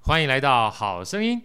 欢迎来到好声音。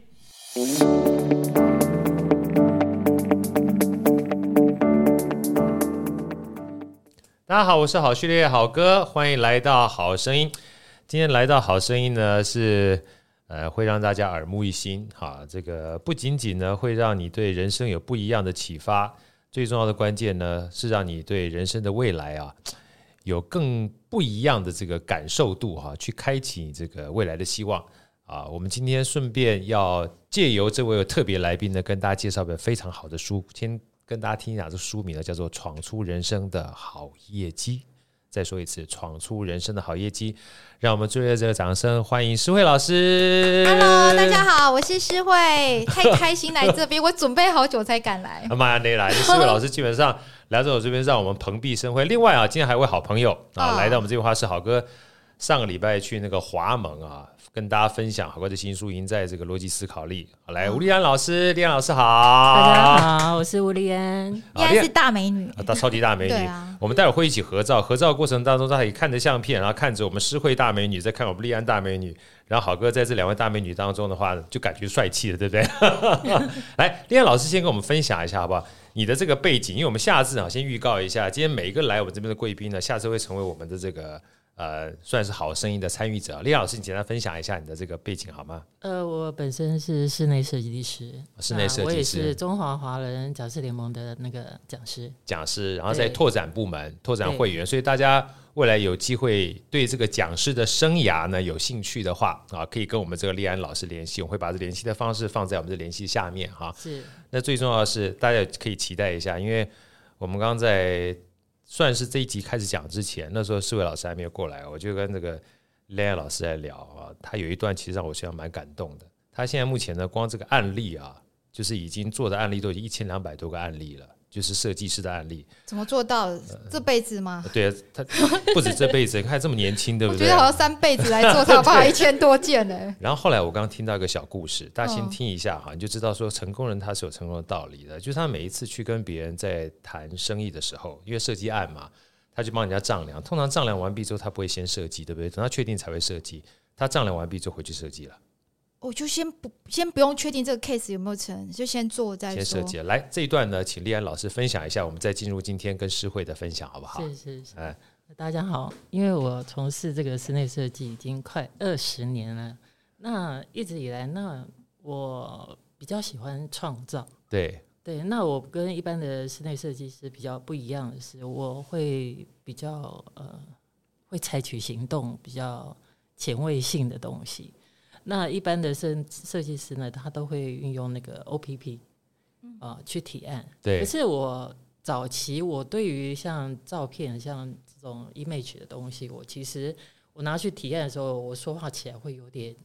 大家好，我是好序列好哥，欢迎来到好声音。今天来到好声音呢，是会让大家耳目一新哈。这个不仅仅呢会让你对人生有不一样的启发，最重要的关键呢是让你对人生的未来啊有更不一样的这个感受度哈，去开启你这个未来的希望啊。我们今天顺便要借由这位特别来宾呢，跟大家介绍一本非常好的书，先跟大家听一下这书名呢，叫做《闯出人生的好业绩》。再说一次，闯出人生的好业绩。让我们最热烈的掌声欢迎诗慧老师。 Hello， 大家好，我是诗慧，太开心来这边，我准备好久才敢来。 妈呀，你来！诗慧老师基本上来到我这边，让我们蓬荜生辉。另外啊，今天还有位好朋友啊，来到我们这边话是好哥。上个礼拜去那个华盟啊，跟大家分享好哥的新书《赢在这个逻辑思考力》。来，吴丽安老师，丽安老师好。 大家好，我是吴丽安。 丽安是大美女， 超级大美女。 啊、 我们待会会一起合照，合照过程当中，他可以看着相片，然后看着我们诗慧大美女，再看我们丽安大美女，然后好哥在这两位大美女当中的话，就感觉帅气了，对不对？来，丽安老师先跟我们分享一下好不好？你的这个背景，因为我们下次先预告一下，今天每一个来我们这边的贵宾呢，下次会成为我们的这个。算是好声音的参与者。丽老师，你简单分享一下你的这个背景好吗？ 我本身是室内设计师， 室内设计师， 我也是中华华人讲师联盟的那个讲师， 然后在拓展部门、拓展会员，所以大家未来有机会对这个讲师的生涯呢有兴趣的话啊，可以跟我们这个丽安老师联系，我们会把这联系的方式放在我们的联系下面哈。 是。那最重要的是，大家可以期待一下，因为我们刚刚在。算是这一集开始讲之前，那时候世伟老师还没有过来，我就跟这个丽安老师在聊啊，他有一段其实让我现在蛮感动的。他现在目前呢，光这个案例啊，就是已经做的案例都已经1200多个案例了，就是设计师的案例。 怎么做到？这辈子吗？ 对啊，他不止这辈子，你看这么年轻，对不对？ 我觉得好像3辈子来做才有办法1000多件呢。 然后后来我刚刚听到一个小故事，大家先听一下哈，你就知道说成功人他是有成功的道理的。就是他每一次去跟别人在谈生意的时候，因为设计案嘛，他就帮人家丈量。通常丈量完毕之后，他不会先设计，对不对？等他确定才会设计。他丈量完毕就回去设计了。 我就先不用确定这个 case 有没有成，就先做再说。 先设计了。来，这一段呢，请丽安老师分享一下，我们再进入今天跟诗慧的分享，好不好？ 是。大家好，因为我从事这个室内设计已经快20年了，那一直以来，那我比较喜欢创造。对，那我跟一般的室内设计师比较不一样的是，我会比较会采取行动，比较前卫性的东西。那一般的设计师呢，他都会运用那个 OPP 去提案。对。可是我早期我对于像照片、像这种 image 的东西，其实我拿去提案的时候，我说话起来会有点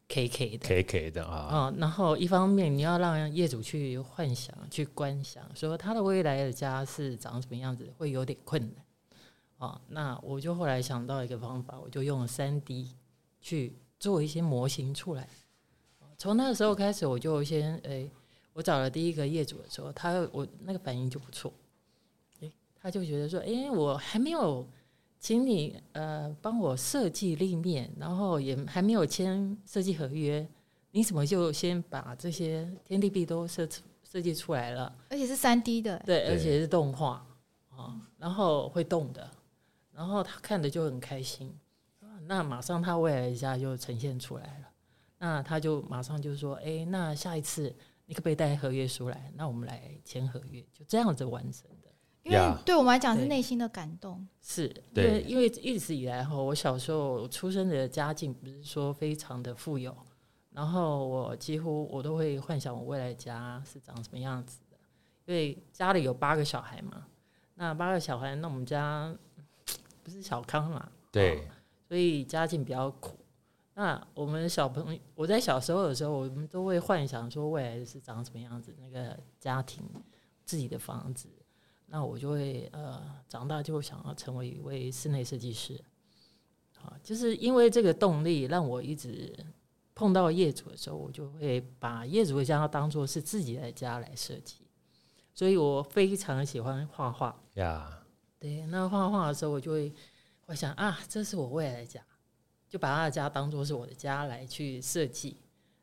KK 的啊。然后一方面你要让业主去幻想、去观想，说他的未来的家是长什么样子，会有点困难。那我就后来想到一个方法，我就用 3D 去做一些模型出来。从那个时候开始，我就先我找了第一个业主的时候，我那个反应就不错。他就觉得说，我还没有请你帮我设计立面，然后也还没有签设计合约，你怎么就先把这些天地壁都设计出来了？ 而且是3D 的。 对，而且是动画然后会动的，然后他看的就很开心。那马上他未来的家就呈现出来了，那他就马上就说，那下一次你可不可以带合约书来？那我们来签合约，就这样子完成的。 因为对我们来讲是内心的感动。 是，因为一直以来我小时候出生的家境不是说非常的富有，然后我几乎我都会幻想我未来的家是长什么样子的，因为家里有8个小孩嘛，那8个小孩，那我们家不是小康嘛， 对。 所以家境比较苦。那我们小朋友，我在小时候的时候，我们都会幻想说未来是长什么样子，那个家庭、自己的房子。那我就会长大就想要成为一位室内设计师。就是因为这个动力，让我一直碰到业主的时候，我就会把业主的家当作是自己的家来设计。所以我非常喜欢画画。对，那画画的时候，我就会想这是我未来的家，就把他的家当作是我的家来去设计。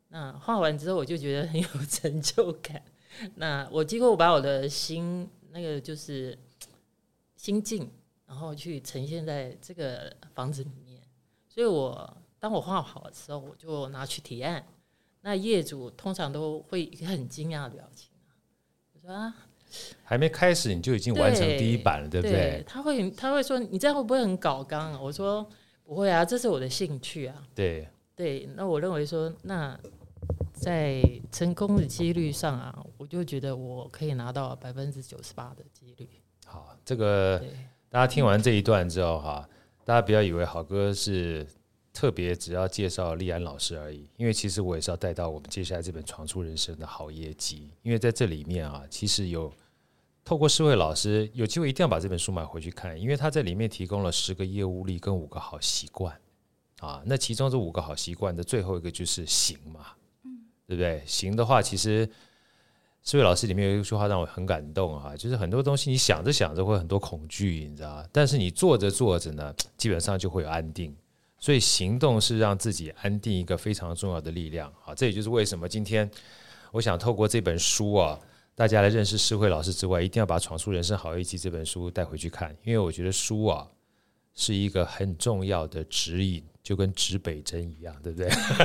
那画完之后我就觉得很有成就感。那我几乎把我的心那个就是心境，然后去呈现在这个房子里面。所以当我画好的时候，我就拿去提案。那业主通常都会一个很惊讶的表情，我说啊， 还没开始你就已经完成第一版了， 对不对？ 他会说你这样会不会很搞纲啊？我说不会啊，这是我的兴趣啊。 对， 那我认为说，那在成功的几率上啊，我就觉得我可以拿到98%的几率。 好，这个大家听完这一段之后哈，大家不要以为好哥是特别只要介绍立安老师而已，因为其实我也是要带到我们接下来这本闯出人生的好业绩，因为在这里面啊，其实有透过诗慧老师有机会一定要把这本书买回去看，因为他在里面提供了10个业务力跟5个好习惯啊，那其中这5个好习惯的最后一个就是行嘛，对不对？行的话，其实诗慧老师里面有一句话让我很感动啊，就是很多东西你想着想着会很多恐惧，你知道，但是你做着做着呢，基本上就会有安定。所以行动是让自己安定一个非常重要的力量。好，这也就是为什么今天我想透过这本书啊，大家来认识诗慧老师之外，一定要把《闯出人生好业绩》这本书带回去看，因为我觉得书啊是一个很重要的指引，就跟指北针一样，对不对？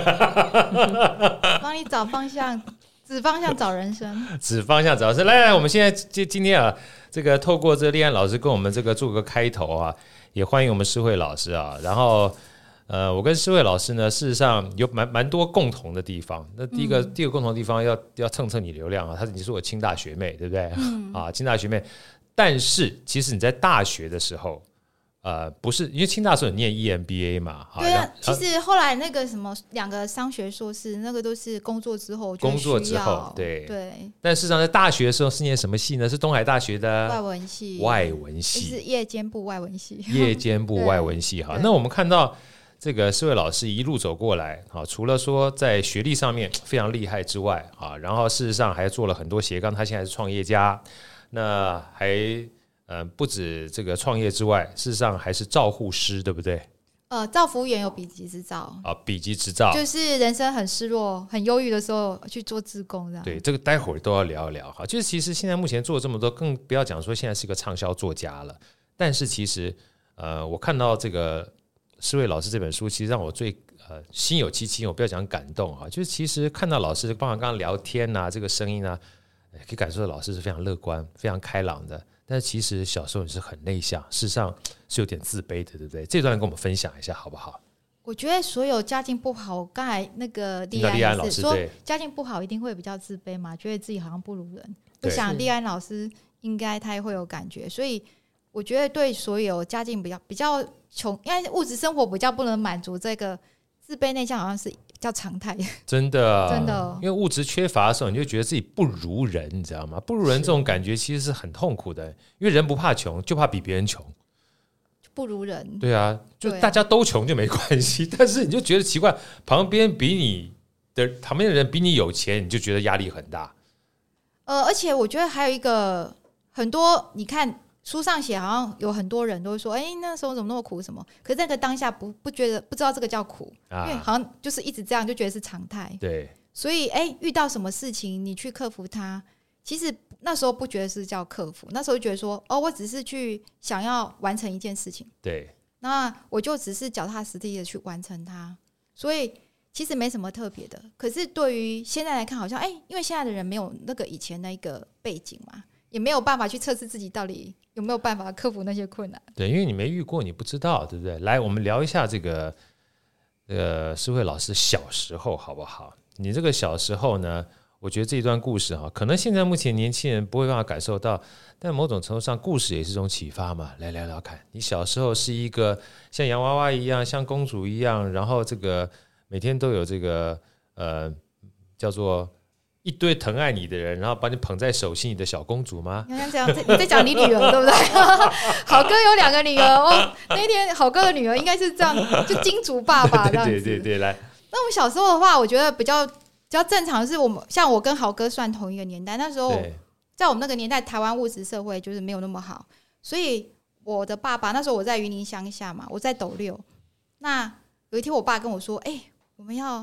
帮你找方向，指方向找人生， 指方向找人生。来，我们现在今天啊，这个透过这立安老师跟我们这个做个开头啊，也欢迎我们诗慧老师啊，然后。我跟诗慧老师呢，事实上有蛮多共同的地方。那第一个共同的地方要蹭蹭你流量啊，你是我清大学妹，对不对？啊，清大学妹。但是其实你在大学的时候，不是因为清大的时候你念 EMBA 嘛？ 对啊。其实后来那个什么2个商学硕士，那个都是工作之后， 工作之后，对。但事实上在大学的时候是念什么系呢？是东海大学的外文系，是夜间部外文系。 夜间部外文系哈。那我们看到。这个诗慧老师一路走过来，除了说在学历上面非常厉害之外，然后事实上还做了很多斜杠，他现在是创业家，那还不止这个创业之外，事实上还是照护师，对不对？ 照服务员有丙级执照啊，丙级执照就是人生很失落、很忧郁的时候去做志工这样。 对，这个待会儿都要聊一聊哈。就是其实现在目前做这么多，更不要讲说现在是一个畅销作家了，但是其实我看到这个。诗慧老师这本书其实让我最心有戚戚，我不要讲感动啊，就是其实看到老师，包括刚刚聊天啊，这个声音啊，可以感受到老师是非常乐观、非常开朗的。但是其实小时候你是很内向，事实上是有点自卑的，对不对？这段跟我们分享一下好不好？ 我觉得所有家境不好，我刚才那个立安老师说家境不好一定会比较自卑嘛，觉得自己好像不如人。我想立安老师应该他也会有感觉，所以我觉得对所有家境比较穷，因为物质生活比较不能满足，这个自卑内向好像是比较常态。 真的，因为物质缺乏的时候，你就觉得自己不如人，你知道吗？不如人这种感觉其实是很痛苦的，因为人不怕穷，就怕比别人穷。 不如人， 对啊，就大家都穷就没关系，但是你就觉得奇怪，旁边的人比你有钱，你就觉得压力很大。 而且我觉得还有一个很多，你看。书上写好像有很多人都会说，那时候怎么那么苦什么？可是那个当下不觉得，不知道这个叫苦，因为好像就是一直这样就觉得是常态。 对， 所以遇到什么事情你去克服它，其实那时候不觉得是叫克服，那时候觉得说，我只是去想要完成一件事情， 对， 那我就只是脚踏实地的去完成它，所以其实没什么特别的。可是对于现在来看，好像因为现在的人没有那个以前那个背景嘛。也没有办法去测试自己到底有没有办法克服那些困难。 对，因为你没遇过，你不知道，对不对？来，我们聊一下这个诗慧老师小时候好不好？你这个小时候呢，我觉得这一段故事可能现在目前年轻人不会办法感受到，但某种程度上，故事也是一种启发嘛。来聊聊看，你小时候是一个像洋娃娃一样，像公主一样，然后这个每天都有这个叫做。一堆疼爱你的人，然后把你捧在手心里的小公主吗？ 你在讲你女儿对不对？好哥有2个女儿那天好哥的女儿应该是这样，就金主爸爸这样子。 对，来。 那我们小时候的话，我觉得比较正常的是，像我跟好哥算同一个年代，那时候在我们那个年代，台湾物质社会就是没有那么好，所以我的爸爸那时候我在云林乡下嘛，我在斗六。那有一天我爸跟我说：“我们要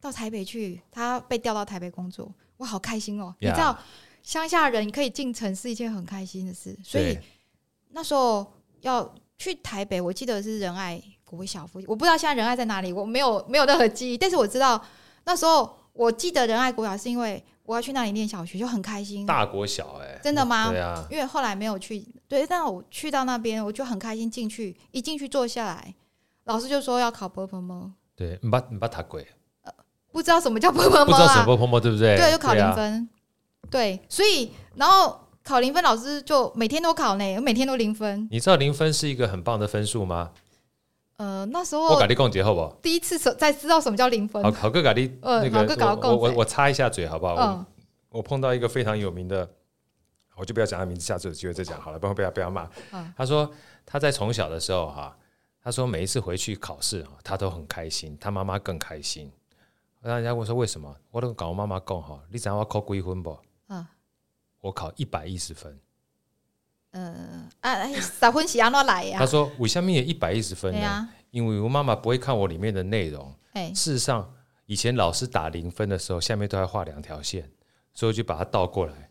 到台北去，他被调到台北工作，我好开心哦！你知道，乡下人可以进城是一件很开心的事，所以那时候要去台北，我记得是仁爱国小附近，我不知道现在仁爱在哪里，我没有任何记忆，但是我知道那时候我记得仁爱国小是因为我要去那里念小学，就很开心。 大国小真的吗？ 对啊， 因为后来没有去，对，但我去到那边，我就很开心进去，一进去坐下来，老师就说要考 ㄅㄆㄇ。 对，你把读过。 不知道什么叫 ㄅㄆㄇ， 不知道什么 ㄅㄆㄇ， 对不对？ 对，就考0分。对，所以然后考0分，老师就每天都考呢，每天都0分。 你知道0分是一个很棒的分数吗？ 那时候我跟你讲一下好不好？ 第一次才知道什么叫0分。 好哥跟你那个，我插一下嘴好不好？我碰到一个非常有名的，我就不要讲他名字，下次有机会再讲好了，不要骂。他说他在从小的时候他说每一次回去考试他都很开心，他妈妈更开心。人家问说为什么，我都跟我妈妈讲你知道我考几分不？我考110分。 10分是怎么来呀？ 他说为什么也110分呢？因为我妈妈不会看我里面的内容。事实上，以前老师打0分的时候，下面都要画2条线，所以我就把它倒过来。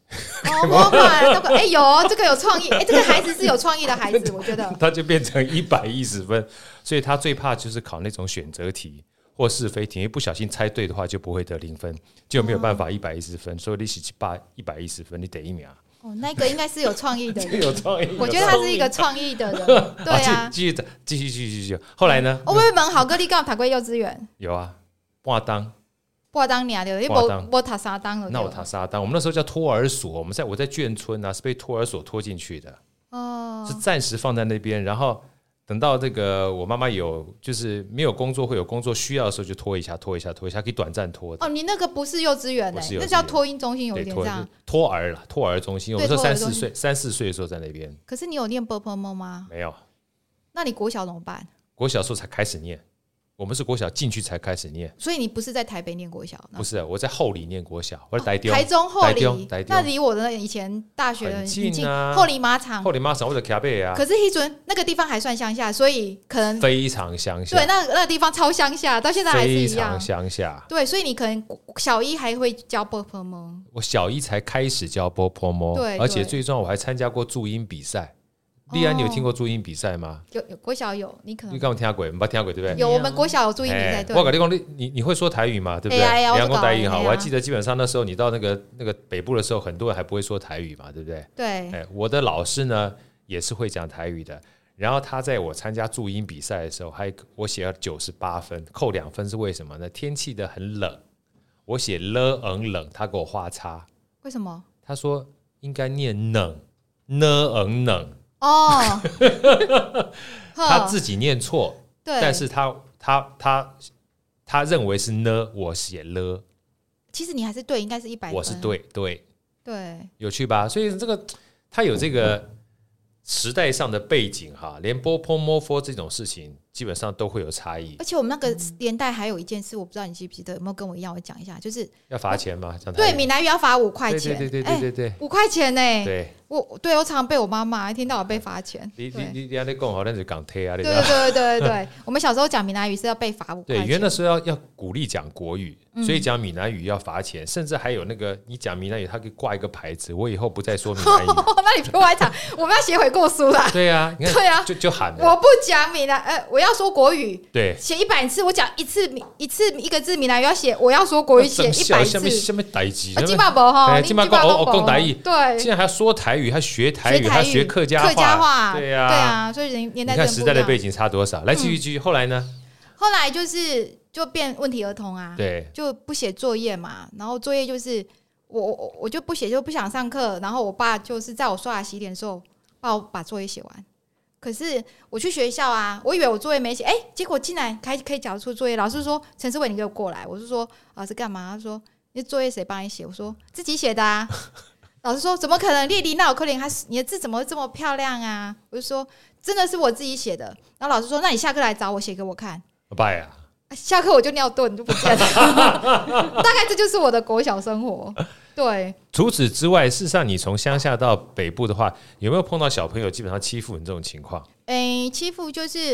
有这个有创意，这个孩子是有创意的孩子，我觉得。 他就变成110分，所以他最怕就是考那种选择题或是非题，因为不小心猜对的话就不会得0分，就没有办法110分。所以你是110分，你得1名。 那个应该是有创意的人， 有创意， 我觉得他是一个创意的人。对啊， 继续。后来呢？ 我问好哥，你刚读过幼稚园？ 有啊，半当年的，你没读3当了。 那我读3当，我们那时候叫托儿所，我在眷村是被托儿所拖进去的，是暂时放在那边，然后等到这个我妈妈就是没有工作会有工作需要的时候就拖一下，可以短暂拖的。 你那个不是幼稚园那叫托婴中心，有一点这样。 托儿中心，我们说3、4岁的时候在那边。 可是你有念 ㄅㄆㄇ 吗？ 没有。 那你国小怎么办？ 国小时候才开始念。我们是国小进去才开始念， 所以你不是在台北念国小？ 不是，我在后里念国小，我在台中后里，那离我的以前大学很近啊。后里马场我在台北啊。 可是那个地方还算乡下，所以可能非常乡下。 对，那个地方超乡下，到现在还是一样非常乡下。 对，所以你可能小一还会教 ㄅㄆㄇ， 我小一才开始教 ㄅㄆㄇ， 对，而且最重要我还参加过注音比赛。立安，你有听过注音比赛吗？ 有国小有，你可能你刚有听过，没听过对不对？ 有，我们国小有注音比赛。 我跟你讲，你会说台语吗？对不对？你讲台语哈，我还记得，基本上那时候你到那个北部的时候，很多人还不会说台语嘛，对不对？ 对。 我的老师呢也是会讲台语的，然后他在我参加注音比赛的时候，我写了98分，扣2分是为什么呢？天气的很冷，我写冷，他给我画叉。 为什么？ 他说应该念冷。他自己念错，但是他认为是呢，我写了。 其实你还是对，应该是100分。 我是对，有趣吧？所以这个他有这个时代上的背景哈，连ㄅㄆㄇ这种事情基本上都会有差异。 而且我们那个年代还有一件事，我不知道你记不记得，有没有跟我一样？我讲一下，就是要罚钱吗？ 对，闽南语要罚5块钱。 对 ，5块钱呢？ 对。 我常常被我妈骂，一听到我被罚钱。 你安尼讲好，那是港贴啊。 对，我们小时候讲闽南语是要被罚5块钱。 对，原来是要鼓励讲国语，所以讲闽南语要罚钱，甚至还有那个你讲闽南语，他可以挂一个牌子，我以后不再说闽南语。 那你比我还讲，我们要写悔过书啦。 对啊， 对啊， 就喊了。 我不讲闽南，我要说国语。 对， 写100次，我讲一次一个字闽南语要写，我要说国语写100次。 什么代志？ 金马博哈， 金马我讲台语。 对， 现在还要说台语，还学台语，还学客家话。 对啊， 所以年代你看时代的背景差多少。来继续，后来呢？ 后来就变问题儿童啊， 对， 就不写作业嘛。然后作业就是我就不写，就不想上课。然后我爸就是在我刷牙洗脸的时候，帮我把作业写完。可是我去学校啊，我以为我作业没写，结果进来可以缴出作业。老师说：“陈思伟，你给我过来。”我就说：“老师干嘛？”他说：“你的作业谁帮你写？”我说：“自己写的啊。”老师说：“怎么可能？列离那有可怜，你的字怎么会这么漂亮啊？”我就说：“真的是我自己写的。”然后老师说：“那你下课来找我写给我看。” 拜呀！ 下课我就尿遁就不见了。大概这就是我的国小生活。对。 除此之外，事实上你从乡下到北部的话，有没有碰到小朋友基本上欺负你这种情况？ 欺负就是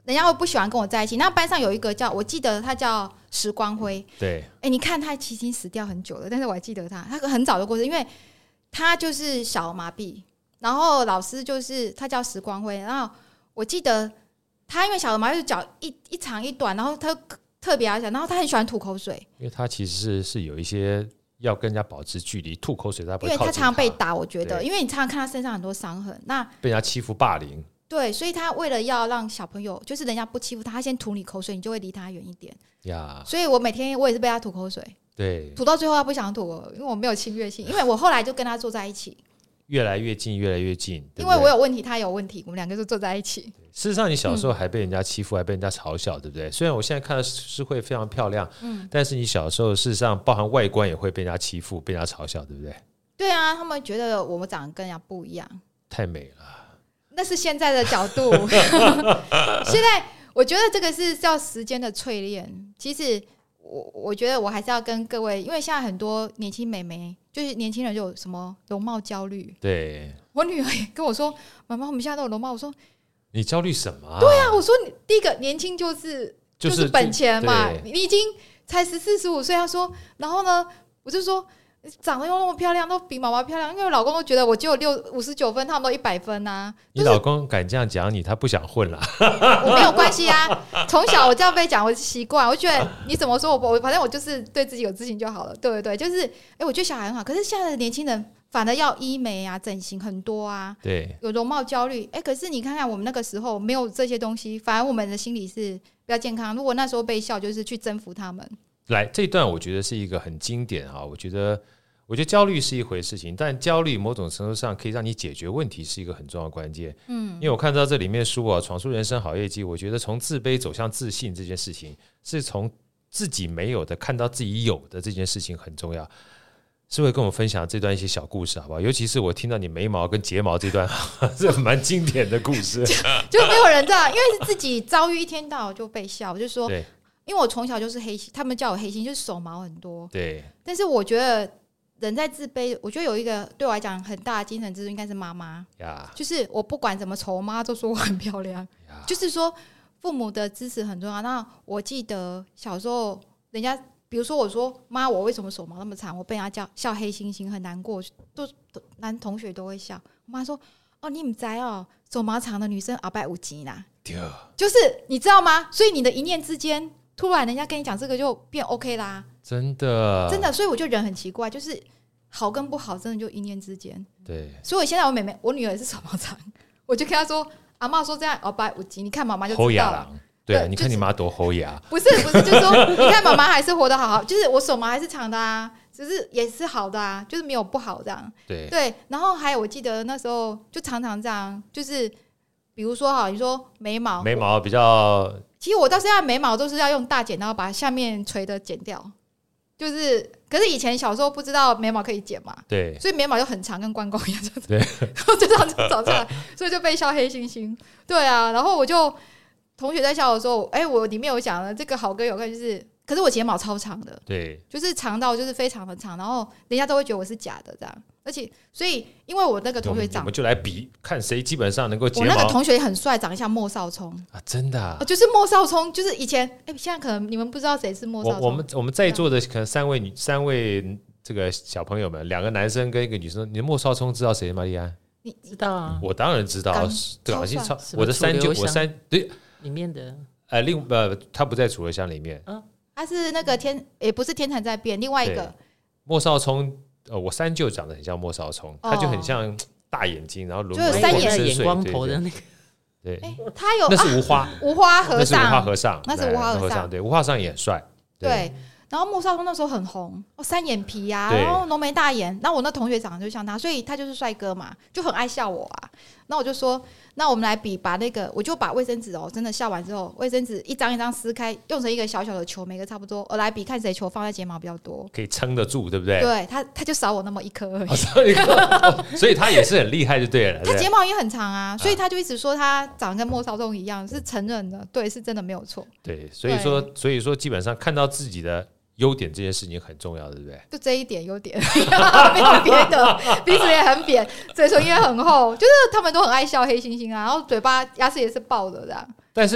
人家会不喜欢跟我在一起。那班上有一个我记得他叫时光辉， 对， 你看他其实死掉很久了，但是我还记得他很早就过世，因为他就是小儿麻痹，然后老师就是他叫时光辉，然后我记得他因为小儿麻痹脚一长一短，然后他特别矮小，然后他很喜欢吐口水， 因为他其实是有一些要跟人家保持距离，吐口水他不会靠近他， 因为他常常被打，我觉得因为你常常看他身上很多伤痕，那被人家欺负霸凌， 对，所以他为了要让小朋友就是人家不欺负他，他先吐你口水，你就会离他远一点呀。所以我每天我也是被他吐口水， 对， 吐到最后他不想吐了，因为我没有侵略性，因为我后来就跟他坐在一起， 越来越近，越来越近， 因为我有问题，他有问题，我们两个就坐在一起。 事实上，你小时候还被人家欺负，还被人家嘲笑，对不对？虽然我现在看到诗慧非常漂亮，但是你小时候事实上包含外观也会被人家欺负，被人家嘲笑，对不对？ 对啊，他们觉得我们长得跟人家不一样， 太美了。 那是现在的角度，现在我觉得这个是要时间的淬炼。其实我觉得我还是要跟各位，因为现在很多年轻美眉，就是年轻人就有什么容貌焦虑。 对， 我女儿也跟我说：“妈妈，我们现在都有容貌。”我说：“ 你焦虑什么啊？” 对啊，我说第一个年轻就是本钱嘛，你已经才14、15岁。她说，然后呢，我就说。长得又那么漂亮，都比妈妈漂亮，因为我老公都觉得我只有59分，他们都100分啊。 你老公敢这样讲你，他不想混了。 我没有关系啊，从小我这样被讲，我习惯。我觉得你怎么说我反正我就是对自己有自信就好了，对不对？就是我觉得小孩很好，可是现在的年轻人反而要医美啊、整形很多啊， 对， 有容貌焦虑。可是你看看我们那个时候没有这些东西，反而我们的心理是比较健康。如果那时候被笑，就是去征服他们。 来，这一段我觉得是一个很经典啊，我觉得焦虑是一回事情，但焦虑某种程度上可以让你解决问题，是一个很重要的关键。因为我看到这里面书啊，闯出人生好业绩，我觉得从自卑走向自信这件事情，是从自己没有的看到自己有的这件事情很重要。是会跟我们分享这段一些小故事好不好？尤其是我听到你眉毛跟睫毛这段是蛮经典的故事就没有人这样，因为是自己遭遇，一天到晚就被笑。我就说因为我从小就是黑心，他们叫我黑心，就是手毛很多。 对， 但是我觉得人在自卑，我觉得有一个对我来讲很大的精神支柱应该是妈妈，就是我不管怎么丑，我妈都说我很漂亮，就是说父母的支持很重要。那我记得小时候人家比如说我说妈我为什么手毛那么长，我被人家笑黑猩猩很难过，都男同学都会笑。我妈说哦你不知道手毛长的女生后摆有钱啦，就是你知道吗？所以你的一念之间突然人家跟你讲这个就变 OK 啦，真的，所以我就人很奇怪，就是好跟不好真的就一念之间。对，所以我现在我女儿是手毛长，我就跟她说阿嬷说这样550斤，你看妈妈就知道了。 对啊，你看你妈多厚牙。 不是，就是说你看妈妈还是活得好好，就是我手毛还是长的啊，只是也是好的啊，就是没有不好这样。对，然后还有我记得那时候就常常这样，就是比如说你说眉毛比较， 其实我到现在眉毛都是要用大剪刀把下面垂的剪掉，就是可是以前小时候不知道眉毛可以剪嘛，对，所以眉毛就很长，跟关公一样，对，然后就这样子长出来，所以就被笑黑猩猩。对啊，然后我就同学在笑的时候，我里面有讲了这个好歌有看，就是可是我睫毛超长的，对，就是长到就是非常的长，然后人家都会觉得我是假的这样。而且，所以因为我那个同学我们就来比看谁基本上能够睫毛。 我那个同学很帅，长得像莫少聪啊，真的啊， 就是莫少聪，就是以前现在可能你们不知道谁是莫少聪。 我们在座的可能三位这个小朋友们，2个男生跟1个女生，你莫少聪知道谁吗？丽安， 你知道啊？ 我当然知道，港星超，我的对里面的他不在楚留香里面， 他是那个也不是天蚕在变，另外一个莫少聪。我三舅长得很像莫少聪，他就很像大眼睛，然后就是3眼光头的那个。 对， 他有那是无花和尚， 那是无花和尚， 对，无花和尚也很帅。 对，然后莫少聪那时候很红，3眼皮啊，然后浓眉大眼。那我那同学长得就像他，所以他就是帅哥嘛，就很爱笑我啊。那我就说，那我们来比，把那个我就把卫生纸真的笑完之后，卫生纸一张一张撕开，用成一个小小的球，每个差不多，我来比看谁球放在睫毛比较多， 可以撑得住，对不对？ 对，他就少我那么1颗而已， 所以他也是很厉害就对了。 他睫毛也很长啊，所以他就一直说他长得跟莫少聪一样，是承认的，对，是真的没有错。 对，所以说基本上看到自己的优点这件事情很重要，对不对？ 就这一点优点，没有别的，鼻子也很扁，嘴唇也很厚，就是他们都很爱笑黑猩猩啊，然后嘴巴牙齿也是爆的这样。 但是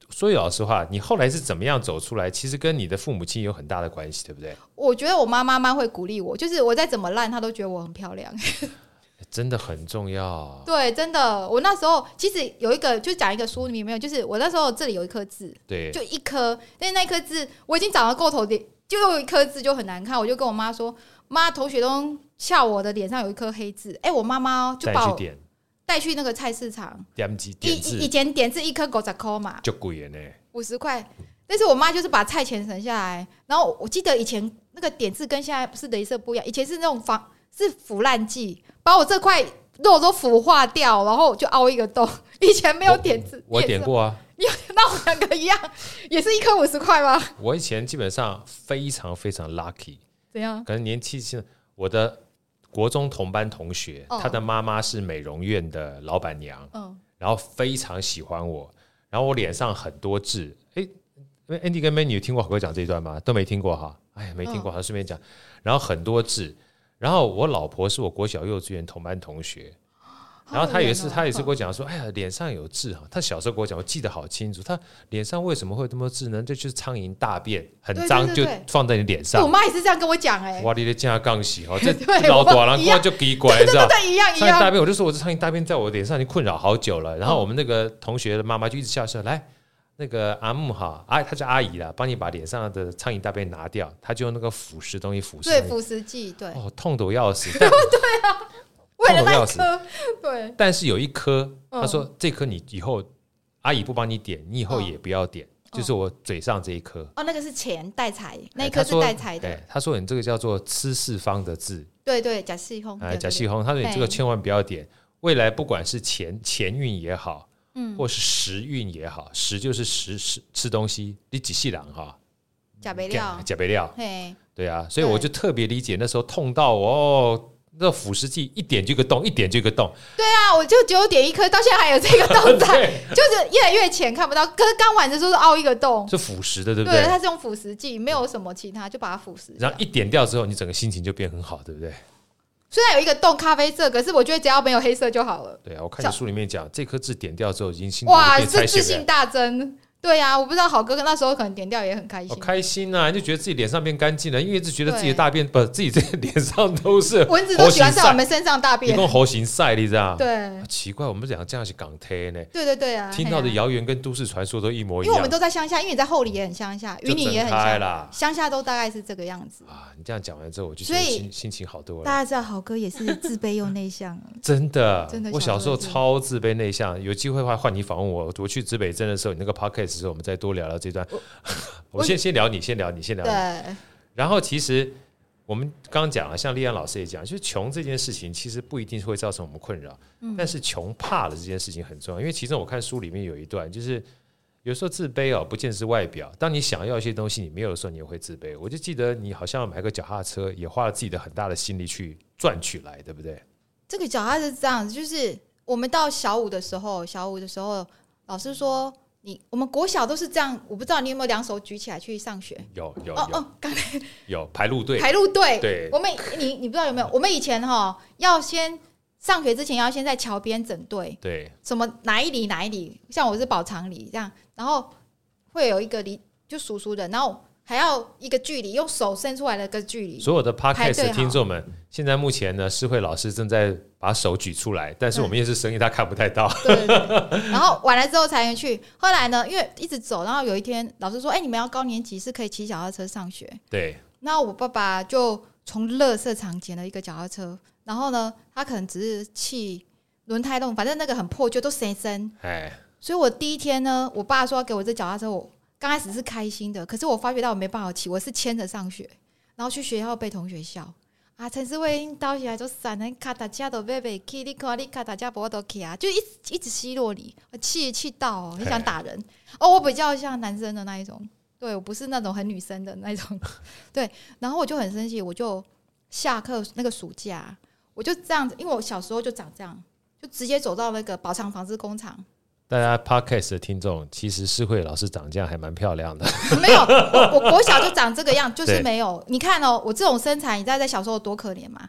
说句老实话，你后来是怎么样走出来？其实跟你的父母亲有很大的关系，对不对？ 我觉得我妈妈会鼓励我，就是我再怎么烂，她都觉得我很漂亮。 真的很重要。 对，真的，我那时候其实有一个，就讲一个书里面没有，就是我那时候这里有一颗痣， 对， 就一颗，但是那颗痣我已经长得够头的，就有一颗痣就很难看，我就跟我妈说，妈，同学都笑我的脸上有一颗黑痣，我妈妈就把我带去那个菜市场点以前点痣一颗50块嘛， 就贵了呢 ，50块。但是我妈就是把菜钱省下来，然后我记得以前那个点痣跟现在不是雷射不一样，以前是那种是腐烂剂，把我这块肉都腐化掉，然后就凹一个洞。以前没有点痣， 我点过啊。 那我们两个一样，也是一颗50块吗？ 我以前基本上非常非常 lucky， 怎样？ 可能年轻，我的国中同班同学，他的妈妈是美容院的老板娘，然后非常喜欢我，然后我脸上很多痣。Andy 跟 Manny 有听过好哥讲这一段吗？都没听过哈，没听过，好，顺便讲。然后很多痣，然后我老婆是我国小幼稚园同班同学，然后她也是跟我讲说，脸上有痣哈。她小时候跟我讲，我记得好清楚，她脸上为什么会有这么多痣呢？这就是苍蝇大便很脏，就放在你脸上。 我妈也是这样跟我讲， 哇，你的这样杠洗哈，这老大人光就奇怪，知道？ 对，一样。 苍蝇大便，我就说我这苍蝇大便在我脸上已经困扰好久了。然后我们那个同学的妈妈就一直笑说，来。那个阿木哈，她叫阿姨啦，帮你把脸上的苍蝇大便拿掉，她就用那个腐蚀东西腐蚀。 对，腐蚀剂，对。 痛得我要死。 对啊，为了那一颗，对。 但是有一颗，她说这颗你以后阿姨不帮你点，你以后也不要点，就是我嘴上这一颗。 那个是钱带财，那一颗是带财的。 她说你这个叫做吃四方的痣。 对，假细风。 假细风，她说你这个千万不要点，未来不管是钱运也好。或是时运也好，时就是吃东西，你几细人哈， 假不了， 对啊，所以我就特别理解那时候痛到我那腐蚀剂一点就一个洞，一点就一个洞。 对啊，我就只有点一颗，到现在还有这个洞在，就是越来越浅看不到。可是刚完的时候是凹一个洞， 是腐蚀的，对不对？ 对，它是用腐蚀剂，没有什么其他，就把它腐蚀。 然后一点掉之后，你整个心情就变很好，对不对？ 虽然有一个洞咖啡色，可是我觉得只要没有黑色就好了。 对啊，我看你书里面讲，这颗痣点掉之后，已经心哇，是自信大增。对啊，我不知道好哥那时候可能点掉也很开心， 开心啊，就觉得自己脸上变干净了，因为一直觉得自己的大便自己这脸上都是蚊子都喜欢在我们身上大便， 一共猴形晒，你知道？ 对， 奇怪，我们两个这样是港贴呢？ 对啊， 听到的谣言跟都市传说都一模一样， 因为我们都在乡下，因为你在后里也很乡下，云林也很像，乡下都大概是这个样子啊。你这样讲完之后，我就觉得心情好多了。 大家知道好哥也是自卑又内向， 真的，我小时候超自卑内向，有机会的话换你访问我，我去指北针的时候，你那个 podcast 的时候，我们再多聊这段。我先聊你。 对。 然后其实我们刚刚讲了，像立安老师也讲，就是穷这件事情其实不一定会造成我们困扰，但是穷怕了这件事情很重要。因为其中我看书里面有一段，就是有时候自卑不见是外表，当你想要一些东西你没有的时候，你也会自卑。我就记得你好像买个脚踏车，也花了自己的很大的心力去赚取来，对不对？ 这个脚踏车是这样子，就是我们到小五的时候，老师说。我们国小都是这样，我不知道你有没有两手举起来去上学？ 有， 刚才有排路队， 对，我们你不知道有没有？我们以前要先上学之前要先在桥边整队， 对， 什么哪一里，像我是宝长里这样，然后会有一个里就数数人，然后还要一个距离，用手伸出来的一个距离。 所有的 podcast 的听众们，现在目前呢，诗慧老师正在把手举出来，但是我们也是声音，他看不太到。 对，然后完了之后才能去。后来呢，因为一直走，然后有一天老师说：“你们要高年级是可以骑脚踏车上学。”对。那我爸爸就从垃圾场捡了一个脚踏车，然后呢，他可能只是气轮胎洞，反正那个很破旧，都生。所以我第一天呢，我爸说要给我这脚踏车，我刚开始是开心的，可是我发觉到我没办法骑，我是牵着上学，然后去学校被同学笑啊，陈思慧倒起来就闪了，卡大家都被起，你看你卡大家不都起啊，就一直奚落你，气到很想打人。我比较像男生的那一种，对我不是那种很女生的那种，对，然后我就很生气，我就下课那个暑假，我就这样子，因为我小时候就长这样，就直接走到那个宝强纺织工厂。 大家 podcast 的听众，其实诗慧老师长这样还蛮漂亮的。 没有，我国小就长这个样，就是没有。你看我这种身材，你知道在小时候多可怜吗？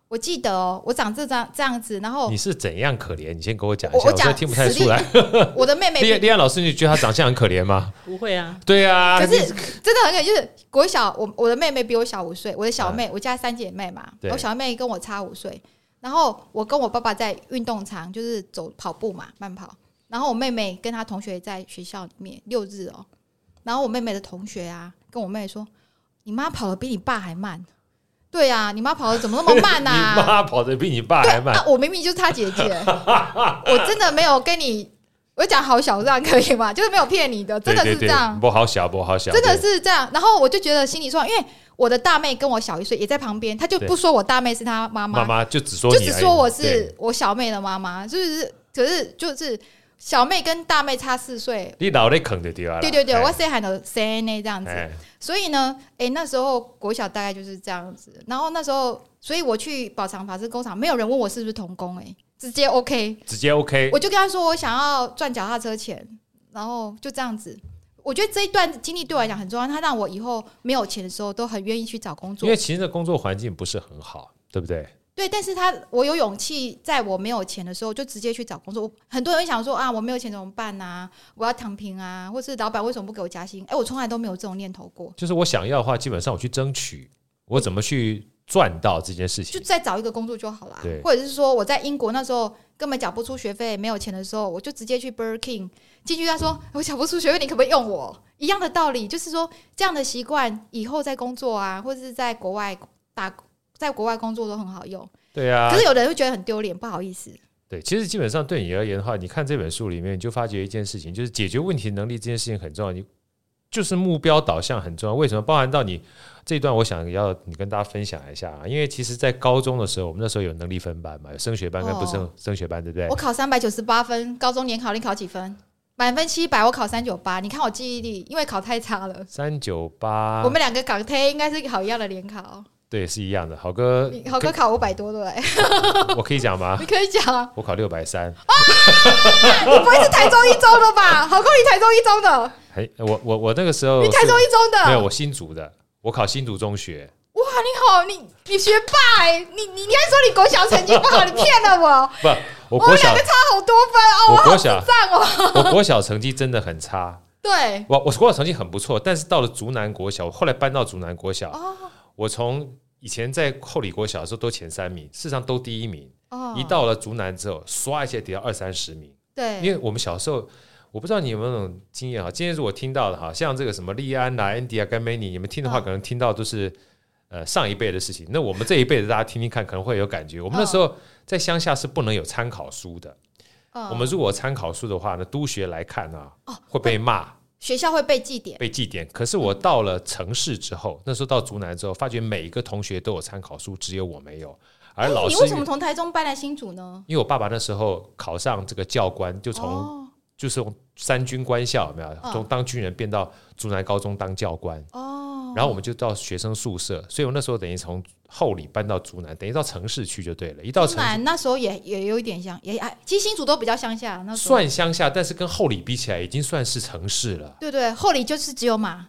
我记得我长这样子，然后你是怎样可怜？你先跟我讲一下，我真的听不太出来。 我的妹妹立安老师，你觉得她长相很可怜吗？ 不会啊， 对啊。 可是真的很可怜，就是国小，我的妹妹比我小5岁，我的小妹，我家3姐妹嘛，我小妹跟我差5岁，然后我跟我爸爸在运动场就是跑步嘛，慢跑，然后我妹妹跟她同学在学校里面6日然后我妹妹的同学啊，跟我妹妹说，你妈跑得比你爸还慢。对啊，你妈跑得怎么那么慢啊？ 你妈跑得比你爸还慢。 我明明就是她姐姐，我真的没有跟你，我讲好小这样可以吗？就是没有骗你的，真的是这样。 不好小， 真的是这样。然后我就觉得心里说，因为我的大妹跟我小1岁，也在旁边，她就不说我大妹是她妈妈， 就只说我是我小妹的妈妈，就是可是就是小妹跟大妹差4岁， 你老在坑的对吧？ 对，我谁喊的谁呢这样子。所以呢，那时候国小大概就是这样子。然后那时候，所以我去宝藏法师工厂，没有人问我是不是童工，直接 OK， 我就跟他说我想要赚脚踏车钱，然后就这样子。我觉得这一段经历对我来讲很重要，它让我以后没有钱的时候都很愿意去找工作， 因为其实的工作环境不是很好，对不对？ 对，但是我有勇气，在我没有钱的时候就直接去找工作。很多人会想说啊，我没有钱怎么办啊？我要躺平啊，或是老板为什么不给我加薪？我从来都没有这种念头过。 就是我想要的话，基本上我去争取，我怎么去赚到这件事情， 就再找一个工作就好啦。或者是说我在英国那时候根本缴不出学费，没有钱的时候，我就直接去 Burger King 进去，他说我缴不出学费，你可不可以用我？一样的道理，就是说这样的习惯以后在工作啊，或者是在国外在国外工作都很好用。 对啊， 可是有的人会觉得很丢脸，不好意思。 对，其实基本上对你而言的话，你看这本书里面，你就发觉一件事情，就是解决问题能力这件事情很重要，你就是目标导向很重要。为什么？包含到你这一段，我想要你跟大家分享一下啊。因为其实，在高中的时候，我们那时候有能力分班嘛，有升学班跟不升学班，对不对？ 我考398分，高中联考你考几分？满分700，我考398。你看我记忆力，因为考太差了。 398， 我们2个港推应该是考一样的联考。 对，是一样的。好哥考500多，对不对？ 我可以讲吗？ 你可以讲啊。 我考630。 你不会是台中一中的吧？好哥，你台中一中的。 我那个时候你台中一中的？ 没有，我新竹的。我考新竹中学。 哇，你好，你学霸你还说你国小成绩不好，你骗了我。 不，我们2 个差好多分我国小我国小成绩真的很差。 对， 我国小成绩很不错，但是到了竹南国小，后来搬到竹南国小，我从以前在后里国小的时候都前3名，事实上都第1名。一到了竹南之后，刷一下跌到20-30名。 对， 因为我们小时候，我不知道你有没有那种经验哈。今天如果听到的哈，像这个什么利安啦、Andy 啊、跟 Manny， 你们听的话，可能听到都是上一辈的事情。那我们这一辈的，大家听听看，可能会有感觉。我们那时候在乡下是不能有参考书的。我们如果参考书的话呢，督学来看啊，会被骂。 学校会被记点。 可是我到了城市之后，那时候到竹南之后，发觉每一个同学都有参考书，只有我没有。而老师， 你为什么从台中搬来新竹呢？ 因为我爸爸那时候考上这个教官，就是从3军官校有没有，从当军人变到竹南高中当教官。然后我们就到学生宿舍，所以我那时候等于从后里搬到竹南，等于到城市去就对了。一到竹南那时候也有一点像，其实新竹都比较乡下，那时候算乡下，但是跟后里比起来，已经算是城市了。 对，后里就是只有马。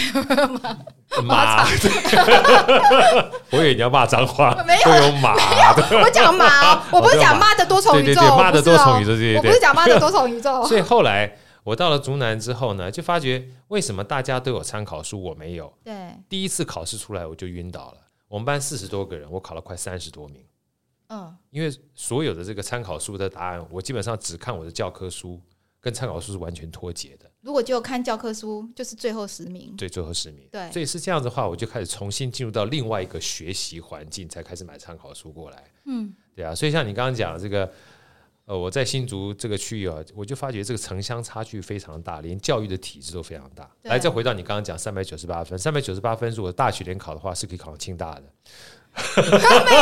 我以为你要骂脏话， 没有马， 我讲马，我不是讲妈的多重宇宙， 妈的多重宇宙， 我不是讲妈的多重宇宙。 所以后来我到了竹南之后呢，就发觉为什么大家都有参考书，我没有。 对， 第一次考试出来我就晕倒了。我们班40多个人，我考了快30多名。因为所有的这个参考书的答案，我基本上只看我的教科书，跟参考书是完全脱节的。 如果只有看教科书，就是最后10名。 对，最后10名。 对， 所以是这样子的话，我就开始重新进入到另外一个学习环境，才开始买参考书过来。对啊。所以像你刚刚讲的这个，我在新竹这个区域啊，我就发觉这个城乡差距非常大，连教育的体制都非常大。来，再回到你刚刚讲398分，398分，如果大学联考的话，是可以考清大的。 没有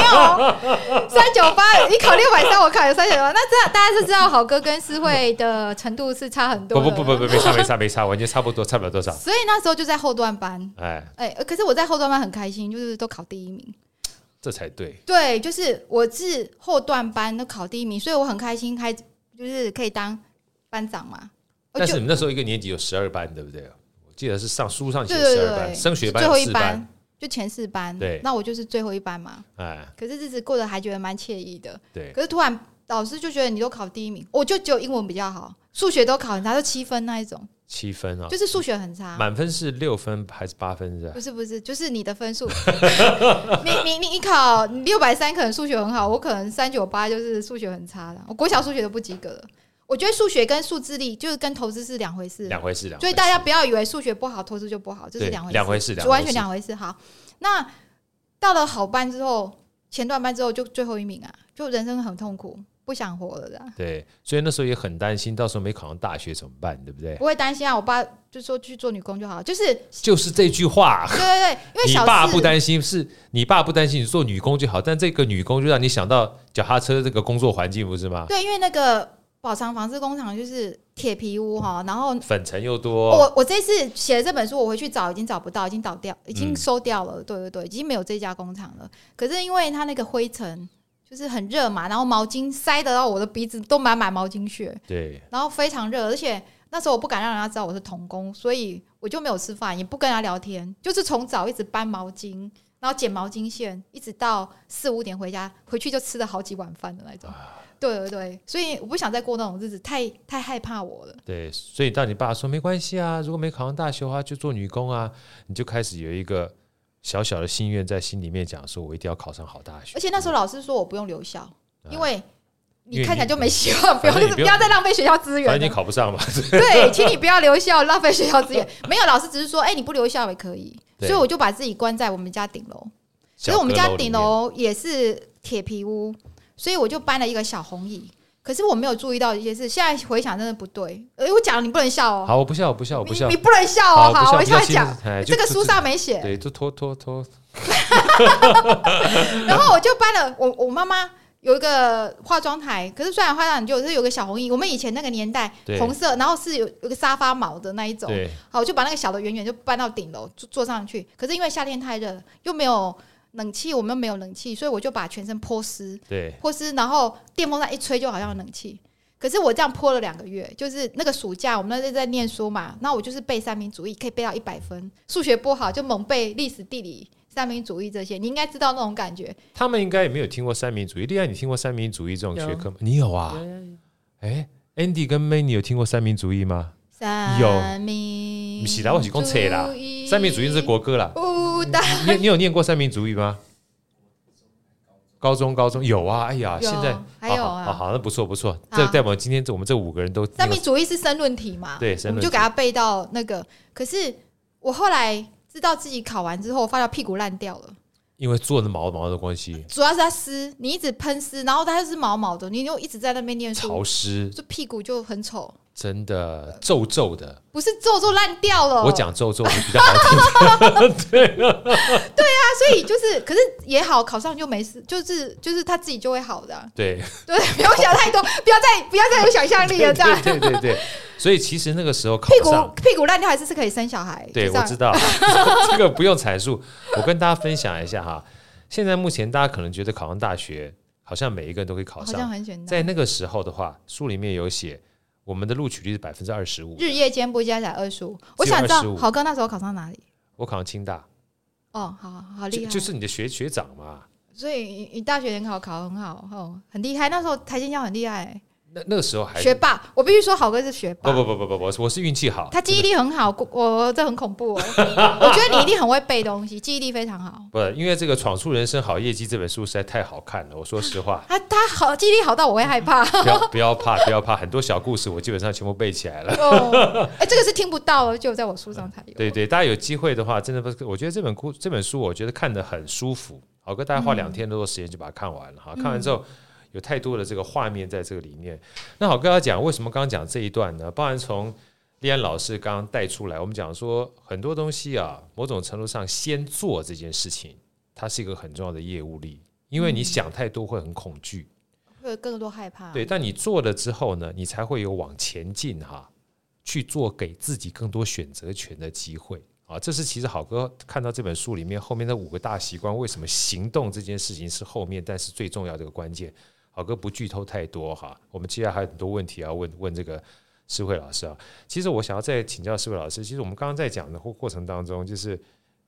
398，你考630，我考398，那这大家是知道好哥跟思慧的程度是差很多的。 不，没差，完全差不多，差不了多少。 所以那时候就在后段班，可是我在后段班很开心，就是都考第1名， 这才对。 对，就是我是后段班都考第1名，所以我很开心，就是可以当班长嘛。 但是你们那时候一个年级有12班，对不对？我记得是书上写12班，升学班有4班。 就前4班，对，那我就是最后1班嘛，可是日子过得还觉得蛮惬意的，对。可是突然老师就觉得你都考第1名，我就只有英文比较好，数学都考很差，就7分那一种。 7分啊， 就是数学很差。 满分是6分还是8分？ 不是，就是你的分数。你考630，可能数学很好，我可能398，就是数学很差的。我国小数学都不及格了。我觉得数学跟数智力就是跟投资是两回事，所以大家不要以为数学不好，投资就不好，这是两回事，完全两回事。好，那到了好班之后，前段班之后就最后1名啊，就人生很痛苦。不想活了的。 对，所以那时候也很担心，到时候没考上大学怎么办，对不对？ 不会担心啊，我爸就说去做女工就好， 就是这句话。 对对对，因为你爸不担心，是你爸不担心你做女工就好，但这个女工就让你想到脚踏车这个工作环境，不是吗？ 对，因为那个宝藏纺织工厂就是铁皮屋哈，然后粉尘又多。 我这次写的这本书，我回去找已经找不到，已经倒掉，已经收掉了。对对对，已经没有这家工厂了。可是因为它那个灰尘。就是很热嘛，然后毛巾塞得到我的鼻子，都满毛巾屑。 对， 然后非常热，而且那时候我不敢让人家知道我是童工，所以我就没有吃饭，也不跟人家聊天，就是从早一直搬毛巾，然后剪毛巾线，一直到4、5点回家，回去就吃了好几碗饭的那种。对对对，所以我不想再过那种日子，太害怕我了。 对，所以当你爸说没关系啊，如果没考上大学的话，就做女工啊，你就开始有一个小小的心愿在心里面讲，说我一定要考上好大学。 而且那时候老师说我不用留校，因为你看起来就没希望，不要再浪费学校资源了。 反正你考不上嘛。 对，请你不要留校，浪费学校资源。没有，老师只是说，你不留校也可以。所以我就把自己关在我们家顶楼，所以我们家顶楼也是铁皮屋，所以我就搬了一个小红椅。可是我没有注意到一些事，现在回想真的不对。我讲了你不能笑哦。 好，我不笑。 你不能笑哦。好，我现在讲，这个书上没写。 对，就拖。 然后我就搬了，我妈妈有一个化妆台，可是虽然化妆台就是有个小红椅，我们以前那个年代红色，然后是有个沙发毛的那一种。好，我就把那个小的远远就搬到顶楼坐上去。可是因为夏天太热，又没有冷气，我们没有冷气，所以我就把全身泼湿，然后电风扇一吹就好像有冷气。可是我这样泼了2个月，就是那个暑假我们那时候在念书嘛，那我就是背三民主义，可以背到100分。数学不好就猛背历史、地理、三民主义这些，你应该知道那种感觉。 他们应该也没有听过三民主义。厉害，你听过三民主义这种学科吗？你有啊？Andy 跟 May， 你有听过三民主义吗？ 三民不是啦，我是讲错啦。三民主义是国歌啦。你有念过三民主义吗？高中有啊。哎呀，现在还有啊。 好，那不错。这代表今天我们这5个人都三民主义是申论题嘛？ 对， 我们就给他背到那个。可是我后来知道自己考完之后，发现屁股烂掉了。 因为做的毛的关系， 主要是它湿，你一直喷湿，然后它就是毛的，你又一直在那边念书， 潮湿， 就屁股就很丑， 真的皱的， 不是皱烂掉了。 我讲皱比较好听。对啊，所以就是，可是也好，考上就没事，就是他自己就会好的。 对， 不要想太多，不要再有想象力了，这样。 对。所以其实那个时候考上屁股烂掉还是可以生小孩。 对，我知道。这个不用阐述，我跟大家分享一下哈。现在目前大家可能觉得考上大学好像每一个人都可以考上， 好像很简单。 在那个时候的话，书里面有写我们的录取率是25%， 日夜兼部加起来25%。我想知道豪哥那时候考上哪里？ 我考上清大。 哦，好厉害！ 就是你的学长嘛。 所以你大学联考考很好，很厉害。那时候台清交很厉害。 那个时候还学霸，我必须说豪哥是学霸。 不，我是运气好。 他记忆力很好，我这很恐怖哦。我觉得你一定很会背东西，记忆力非常好。 不，因为这个《闯出人生好业绩》这本书实在太好看了。我说实话， 他好记忆力好到我会害怕。 不要怕，很多小故事我基本上全部背起来了。 这个是听不到的，就在我书上才有。 对，大家有机会的话，真的不，我觉得这本书我觉得看得很舒服。好，跟大家花2天多的时间就把它看完了。看完之后。有太多的这个画面在这个里面。那好，跟大家讲为什么刚刚讲这一段呢？包含从立安老师刚刚带出来，我们讲说很多东西啊，某种程度上先做这件事情，它是一个很重要的业务力，因为你想太多会很恐惧， 会有更多害怕。 对，但你做了之后呢，你才会有往前进去做给自己更多选择权的机会。这是其实好哥看到这本书里面后面的5个大习惯，为什么行动这件事情是后面，但是最重要的一个关键。好哥不剧透太多我们接下来还有很多问题要问这个诗慧老师其实我想要再请教诗慧老师，其实我们刚刚在讲的过程当中，就是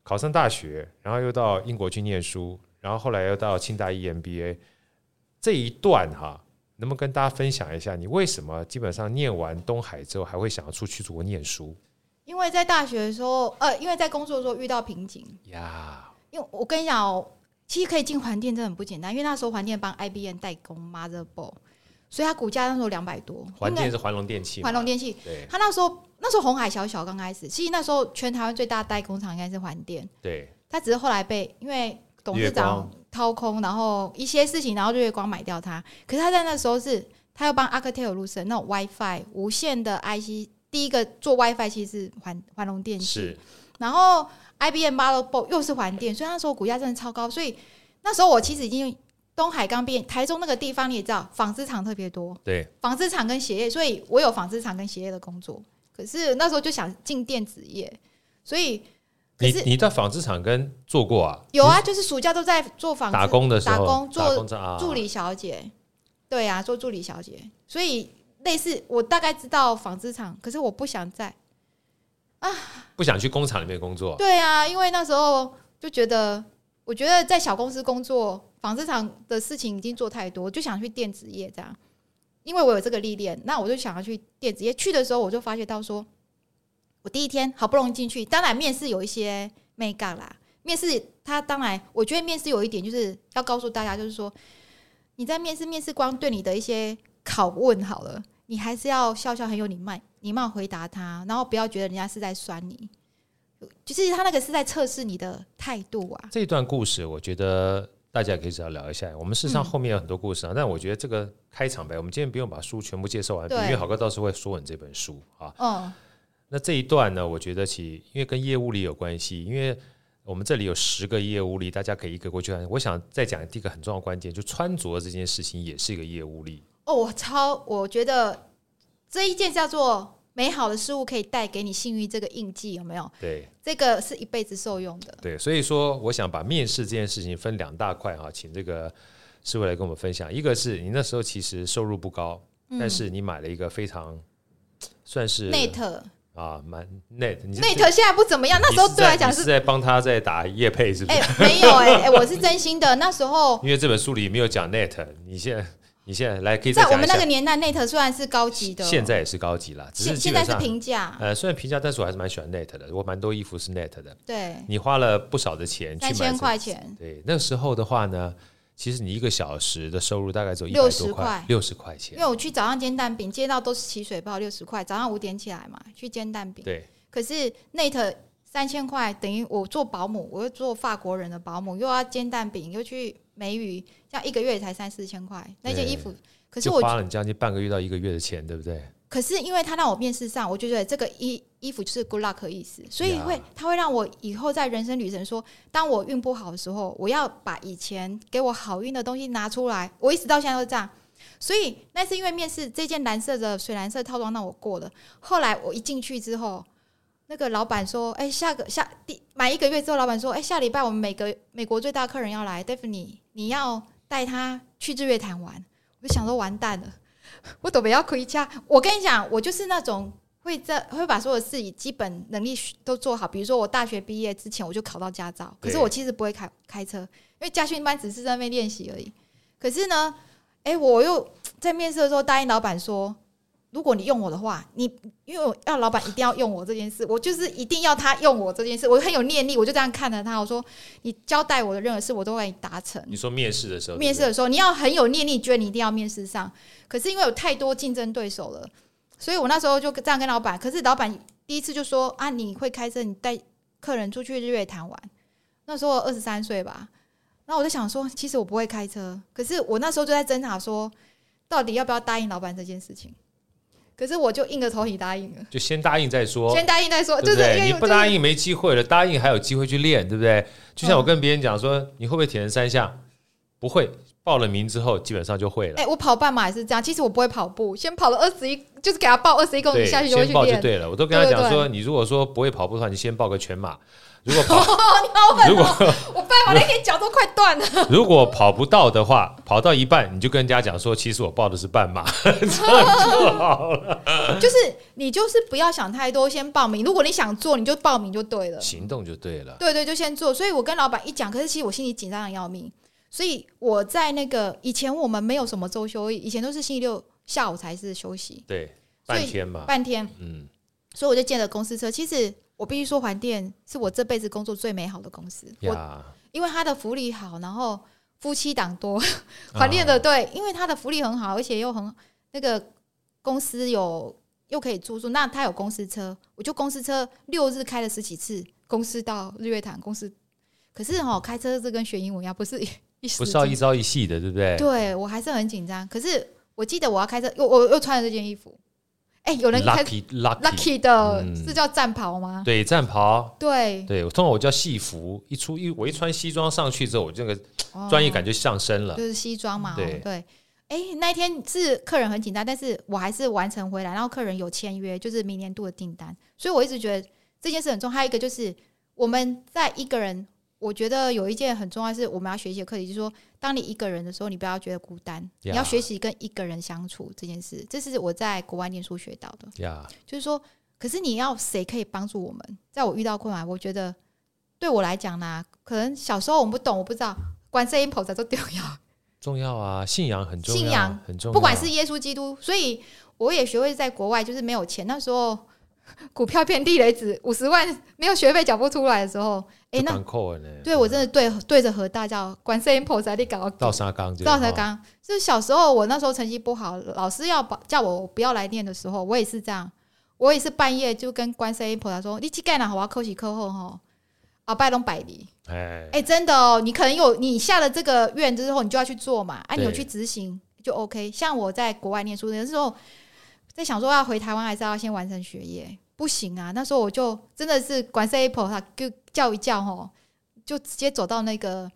考上大学，然后又到英国去念书，然后后来又到清大 EMBA 这一段能不能跟大家分享一下，你为什么基本上念完东海之后还会想要出去出国念书？ 因为在大学的时候，因为在工作的时候遇到瓶颈呀。因为我跟你讲其实可以进环电真的很不简单，因为那时候环电帮 IBM 代工 Motherboard， 所以它股价那时候200多。 环电是环龙电器， 环龙电器，对，它那时候红海小刚开始，其实那时候全台湾最大的代工厂应该是环电，对，它只是后来被因为董事长掏空，然后一些事情，然后日月光买掉它。可是他在那时候他要帮 Alcatel 入声那种 WiFi 无线的 IC， 第一个做 WiFi 其实是环龙电器，然后 IBM Motherboard 又是环电，所以那时候股价真的超高。所以那时候我其实已经东海刚毕业，台中那个地方你也知道，纺织厂特别多，对，纺织厂跟鞋业，所以我有纺织厂跟鞋业的工作。可是那时候就想进电子业，所以你在纺织厂跟做过啊？ 有啊，就是暑假都在做纺织打工的时候， 做助理小姐，对啊，做助理小姐。所以类似我大概知道纺织厂，可是我不想不想去工厂里面工作。 对啊，因为那时候就觉得，我觉得在小公司工作，纺织厂的事情已经做太多，就想去电子业这样。因为我有这个历练，那我就想要去电子业。去的时候我就发现到说，我第一天好不容易进去，当然面试有一些美感啦。面试他当然，我觉得面试有一点就是要告诉大家，就是说你在面试官对你的一些拷问好了，你还是要笑笑很有礼貌回答他，然后不要觉得人家是在酸你，就是他那个是在测试你的态度啊。 这段故事我觉得大家可以只要聊一下，我们事实上后面有很多故事但我觉得这个开场白我们今天不用把书全部介绍完，因为好哥到时候会说完这本书那这一段呢，我觉得因为跟业务力有关系，因为我们这里有10个业务力，大家可以一个过去看。我想再讲第一个很重要的关键，就穿着这件事情也是一个业务力我觉得这一件叫做美好的事物可以带给你幸运这个印记，有没有？对，这个是一辈子受用的。 对，所以说我想把面试这件事情分2大块请这个师傅来跟我们分享。一个是你那时候其实收入不高，但是你买了一个非常算是 Net 蛮 Net 现在不怎么样，那时候对来讲是在帮他在打业配是不是？ 没有我是真心的。那时候因为这本书里没有讲 Net， 你现在来可以再讲一下。 在我们那个年代 Net 虽然是高级的， 现在也是高级啦，只是现在是平价。 虽然平价，但是我还是蛮喜欢 Net 的，我蛮多衣服是 Net 的。 对， 你花了不少的钱去买 3000块钱。 对，那个时候的话呢，其实你1个小时的收入大概只有100多块，60块钱。 因为我去早上煎蛋饼，接到都是起水泡，60块，早上5点起来嘛，去煎蛋饼。对，可是 Net 3000块等于我做保姆，我又做法国人的保姆，又要煎蛋饼，又去美语，这样1个月才3-4千块，那件衣服。可是我就花了你将近半个月到1个月的钱，对不对？ 可是因为他让我面试上，我就觉得这个衣服就是 good luck 的意思，所以他会让我以后在人生旅程说，当我运不好的时候，我要把以前给我好运的东西拿出来。我一直到现在都这样，所以那是因为面试这件蓝色的水蓝色套装让我过了。后来我一进去之后，那个老板说：“满1个月之后，老板说：下礼拜我们美国最大客人要来 ，Daphne， 你要带他去日月潭玩。”我就想说完蛋了，我都不要亏家。我跟你讲，我就是那种会把所有事情基本能力都做好。比如说我大学毕业之前我就考到驾照，可是我其实不会开车，因为驾训班只是在那边练习而已。可是呢，我又在面试的时候答应老板说，如果你用我的话，因为我要老板一定要用我这件事，我就是一定要他用我这件事，我很有念力，我就这样看着他，我说你交代我的任何事我都会达成。 你说面试的时候， 你要很有念力，觉得你一定要面试上。可是因为有太多竞争对手了，所以我那时候就这样跟老板。可是老板第一次就说你会开车，你带客人出去日月潭玩。那时候我23岁吧，然后我就想说，其实我不会开车，可是我那时候就在挣扎说，到底要不要答应老板这件事情。可是我就硬着头皮答应了， 就先答应再说， 对不对？你不答应没机会了，答应还有机会去练，对不对？就像我跟别人讲说，你会不会铁人3项？不会，报了名之后基本上就会了。 我跑半马也是这样，其实我不会跑步，先跑了21，就是给他报21公里下去就会去练。 先报就对了。我都跟他讲说，你如果说不会跑步的话，你先报个全马。 如果跑，如果我爸爸那天脚都快断了。 如果跑不到的话，跑到一半你就跟人家讲说，其实我报的是半马，这样就好了。 就是你就是不要想太多，先报名。如果你想做，你就报名就对了， 行动就对了。 对对，就先做。所以我跟老板一讲，可是其实我心里紧张的要命。所以我在那个以前我们没有什么周休，以前都是星期六下午才是休息， 对，半天嘛， 半天。所以我就借了公司车。其实我必须说，环电是我这辈子工作最美好的公司。因为它的福利好，然后夫妻档多，环电的对，因为它的福利很好，而且又很那个公司又可以住宿，那他有公司车，我就公司车6日开了10几次，公司到日月潭，公司。可是开车这跟学英文一样，不是要一朝一夕的，对不对？ 对，我还是很紧张。可是我记得我要开车，我又穿了这件衣服。有人开 lucky 的，是叫战袍吗？ 对，战袍。 对， 我通常我叫戏服。我一穿西装上去之后，我这个专业感就上升了。 就是西装嘛。对。那一天是客人很紧张，但是我还是完成回来，然后客人有签约，就是明年度的订单。所以我一直觉得这件事很重要。还有一个就是我们在一个人，我觉得有一件很重要是我们要学习的课题，就是说，当你一个人的时候，你不要觉得孤单，你要学习跟一个人相处这件事。这是我在国外念书学到的。就是说，可是你要谁可以帮助我们？在我遇到困难，我觉得对我来讲呢，可能小时候我们不懂，我不知道，观世音菩萨都重要啊，信仰很重要， 信仰很重要，不管是耶稣基督。所以我也学会在国外，就是没有钱，那时候股票遍地雷子，50万没有学费缴不出来的时候，那对我真的对着河大叫，观世音菩萨你搞倒沙缸， 就是小时候我那时候成绩不好，老师要叫我不要来念的时候，我也是这样，我也是半夜就跟观世音菩萨说，你去干哪好啊，考试课后吼后摆拢百里。真的你可能有你下了这个愿之后，你就要去做嘛，你有去执行就 OK。像我在国外念书的时候，在想说要回台湾还是要先完成学业，不行啊。那时候我就真的是观世音菩萨就叫一叫就直接走到那个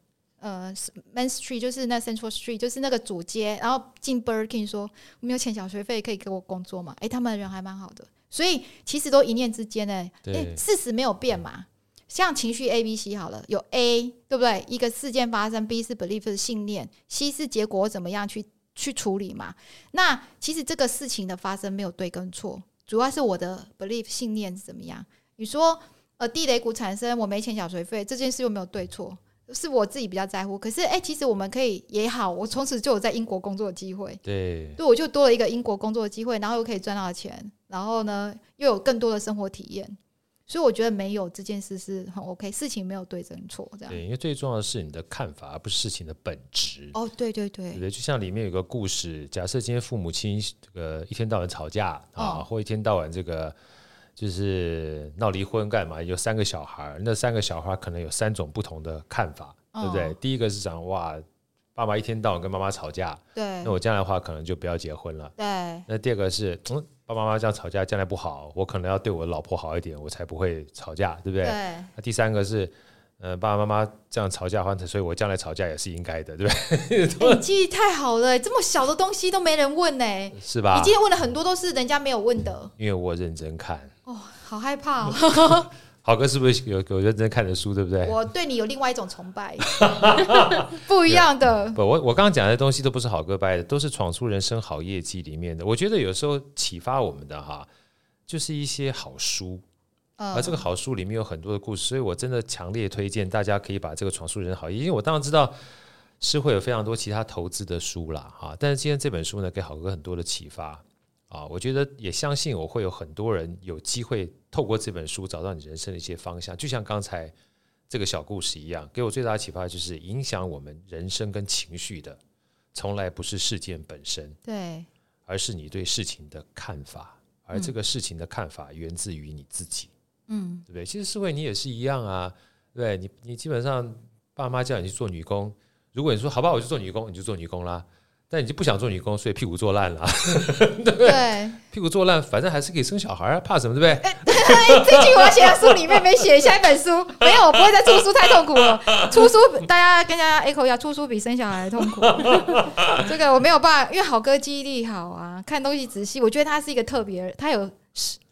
Main Street， 就是那 Central Street， 就是那个主街，然后进 Burger King 说没有钱缴学费可以给我工作嘛？他们人还蛮好的，所以其实都一念之间呢。事实没有变嘛。像情绪 ABC 好了，有 A 对不对？一个事件发生 ，B 是 belief 的信念 ，C 是结果怎么样去处理嘛。那其实这个事情的发生没有对跟错，主要是我的 belief 信念是怎么样。你说地雷股产生，我没钱缴学费，这件事又没有对错，是我自己比较在乎。可是其实我们可以也好，我从此就有在英国工作的机会，对，我就多了一个英国工作的机会，然后又可以赚到钱，然后呢又有更多的生活体验。所以我觉得没有这件事是很 OK， 事情没有对跟错这样。 对，因为最重要的是你的看法，而不是事情的本质。 对， 就像里面有个故事，假设今天父母亲一天到晚吵架或一天到晚这个就是闹离婚干嘛，有3个小孩，那3个小孩可能有3种不同的看法，对不对？第一个是讲哇，爸爸一天到晚跟妈妈吵架， 对， 那我将来的话可能就不要结婚了。 对， 那第二个是爸爸妈妈这样吵架将来不好，我可能要对我的老婆好一点，我才不会吵架，对不对？ 对。 那第三个是爸爸妈妈这样吵架，所以我将来吵架也是应该的，对不对？你记忆太好了，这么小的东西都没人问呢， 是吧？ 你今天问了很多都是人家没有问的， 因为我认真看。 好害怕哦。 好哥是不是有认真看的书，对不对？ 我对你有另外一种崇拜，不一样的。 我刚刚讲的东西都不是好哥掰的，都是闯出人生好业绩里面的。我觉得有时候启发我们的就是一些好书，而这个好书里面有很多的故事，所以我真的强烈推荐大家可以把这个闯出人生好业绩，因为我当然知道是会有非常多其他投资的书啦，但是今天这本书呢，给好哥很多的启发。我觉得也相信我会有很多人有机会透过这本书找到你人生的一些方向，就像刚才这个小故事一样，给我最大的启发就是影响我们人生跟情绪的从来不是事件本身， 对， 而是你对事情的看法，而这个事情的看法源自于你自己，对不对？其实世慧你也是一样啊，对不对？你基本上爸妈叫你去做女工，如果你说好吧我就做女工，你就做女工啦，但你就不想做女工，所以屁股坐烂了，对不对？对，屁股坐烂，反正还是可以生小孩，怕什么，对不对？ 这句我要写在书里面，没写下一本书，没有，我不会再出书，太痛苦了。出书，大家跟大家 echo 一下，出书比生小孩痛苦。这个我没有办法，因为好哥记忆力好啊，看东西仔细，我觉得他是一个特别，他有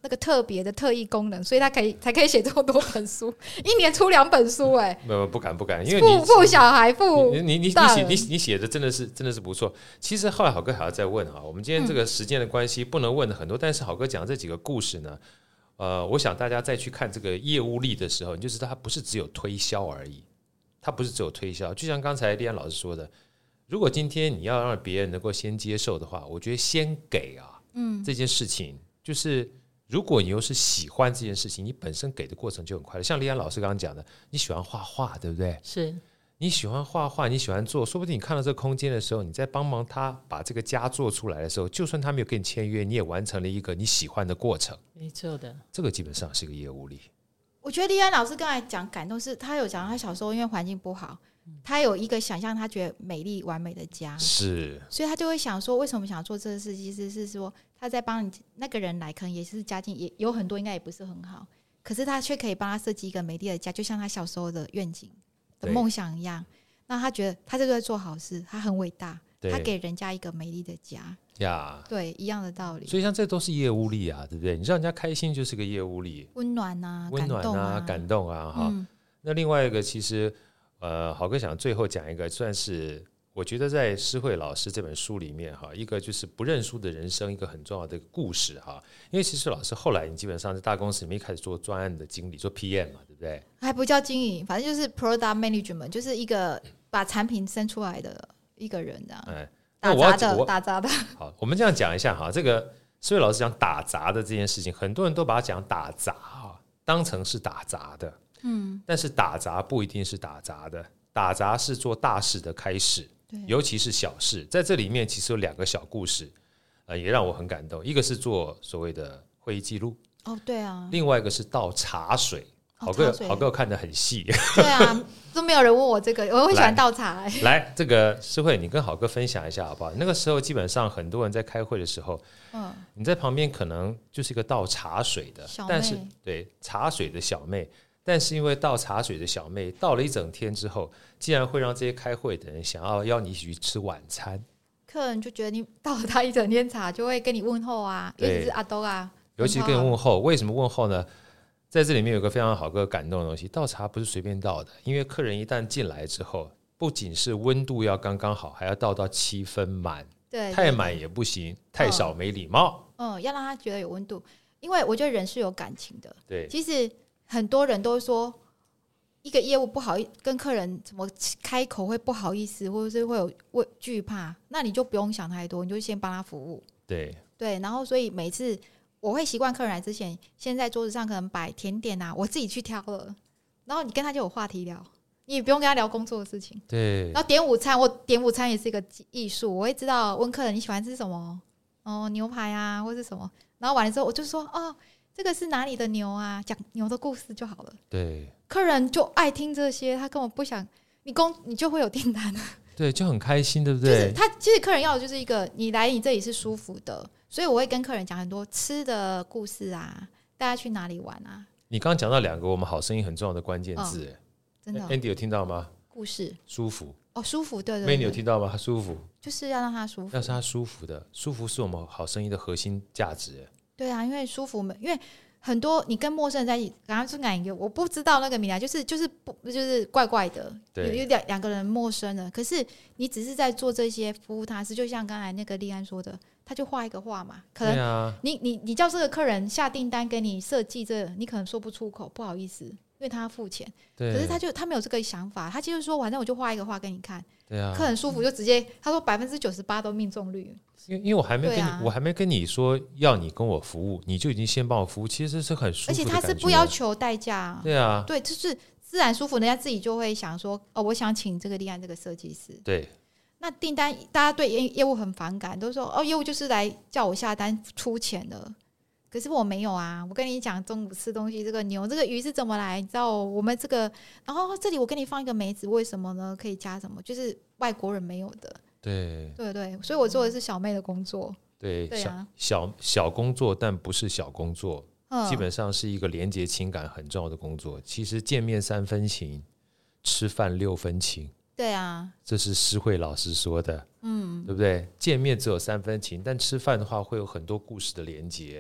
那个特别的特异功能，所以他才可以写这么多本书，一年出2本书不敢，因为父小孩你写的真的是不错。其实后来好哥还要再问我们今天这个时间的关系不能问的很多，但是好哥讲这几个故事呢，我想大家再去看这个业务力的时候，你就知道它不是只有推销而已，它不是只有推销。就像刚才立安老师说的，如果今天你要让别人能够先接受的话，我觉得先给这件事情，就是如果你又是喜欢这件事情，你本身给的过程就很快乐。像立安老师刚刚讲的，你喜欢画画，对不对？ 是， 你喜欢画画，你喜欢做，说不定你看到这个空间的时候，你在帮忙他把这个家做出来的时候，就算他没有跟你签约，你也完成了一个你喜欢的过程。 没错的， 这个基本上是一个业务力。 我觉得立安老师刚才讲感动是，他有讲他小时候因为环境不好，他有一个想象，他觉得美丽完美的家， 是， 所以他就会想说，为什么想做这个事？其实是说他在帮你那个人来，可能也是家境也有很多，应该也不是很好，可是他却可以帮他设计一个美丽的家，就像他小时候的愿景的梦想一样。那他觉得他这个在做好事，他很伟大，他给人家一个美丽的家呀， 对，一样的道理。 所以像这都是业务力对不对？你让人家开心就是个业务力， 温暖感动那另外一个其实好哥想最后讲一个，算是我觉得在施慧老师这本书里面一个就是不认输的人生一个很重要的故事因为其实老师后来你基本上在大公司里面开始做专案的经理，做 PM 嘛，对不对？ 还不叫经营，反正就是 product management， 就是一个把产品生出来的一个人打杂的。 好，我们这样讲一下这个施慧老师讲打杂的这件事情，很多人都把它讲打杂当成是打杂的，但是打杂不一定是打杂的，打杂是做大事的开始，尤其是小事。在这里面其实有2个小故事，也让我很感动。一个是做所谓的会议记录， 对啊， 另外一个是倒茶水。好哥看得很细， 对啊，都没有人问我这个，我很喜欢倒茶。 来，这个施慧，你跟好哥分享一下好不好？那个时候基本上很多人在开会的时候，你在旁边可能就是一个倒茶水的，但是对茶水的小妹，但是因为倒茶水的小妹倒了一整天之后，竟然会让这些开会的人想要邀你一起去吃晚餐。 客人就觉得你倒了他一整天茶，就会跟你问候尤其是阿兜尤其是跟你问候。为什么问候呢？在这里面有个非常好个感动的东西，倒茶不是随便倒的，因为客人一旦进来之后，不仅是温度要刚刚好，还要倒到7分满，太满也不行，太少没礼貌。 要让他觉得有温度，因为我觉得人是有感情的。 对， 其实很多人都说，一个业务不好跟客人怎么开口会不好意思，或者是会有惧怕，那你就不用想太多，你就先帮他服务。 对， 然后所以每次我会习惯客人来之前，先在桌子上可能摆甜点我自己去挑了，然后你跟他就有话题聊，你也不用跟他聊工作的事情。 对， 然后点午餐，我点午餐也是一个艺术，我会知道问客人你喜欢吃什么，牛排或是什么，然后完了之后我就说这个是哪里的牛讲牛的故事就好了。 对， 客人就爱听这些，他根本不想你就会有订单了。 对，就很开心，对不对？ 就是其实客人要的就是一个你来你这里是舒服的，所以我会跟客人讲很多吃的故事大家去哪里玩你刚刚讲到2个我们好声音很重要的关键字， 真的 Andy 有听到吗？ 故事， 舒服。 舒服，对。 May 你有听到吗？舒服就是要让他舒服， 要是他舒服的，舒服是我们好声音的核心价值。 对因为舒服，因为很多你跟陌生人在一起，刚刚是哪一个我不知道那个名字，就是怪怪的，有2个人陌生的，可是你只是在做这些服务他，是就像刚才那个立安说的，他就画一个画嘛，可能你叫这个客人下订单给你设计这个，你可能说不出口，不好意思，因为他要付钱，可是他没有这个想法，他就是说反正我就画一个画给你看，客人舒服就直接他说98%都命中率。 因为我还没跟你说要你跟我服务，你就已经先帮我服务，其实是很舒服的感觉， 而且他是不要求代价。 对， 就是自然舒服，人家自己就会想说我想请这个立安这个设计师。 对， 那订单大家对业务很反感，都说业务就是来叫我下单出钱的，可是我没有我跟你讲中午吃东西，这个牛这个鱼是怎么来，你知道我们这个，然后这里我给你放一个梅子，为什么呢？可以加什么，就是外国人没有的。对，所以我做的是小妹的工作。 对小工作，但不是小工作，基本上是一个连结情感很重要的工作。其实见面3分情，吃饭6分情。 对这是施慧老师说的，对不对？见面只有3分情，但吃饭的话会有很多故事的连结。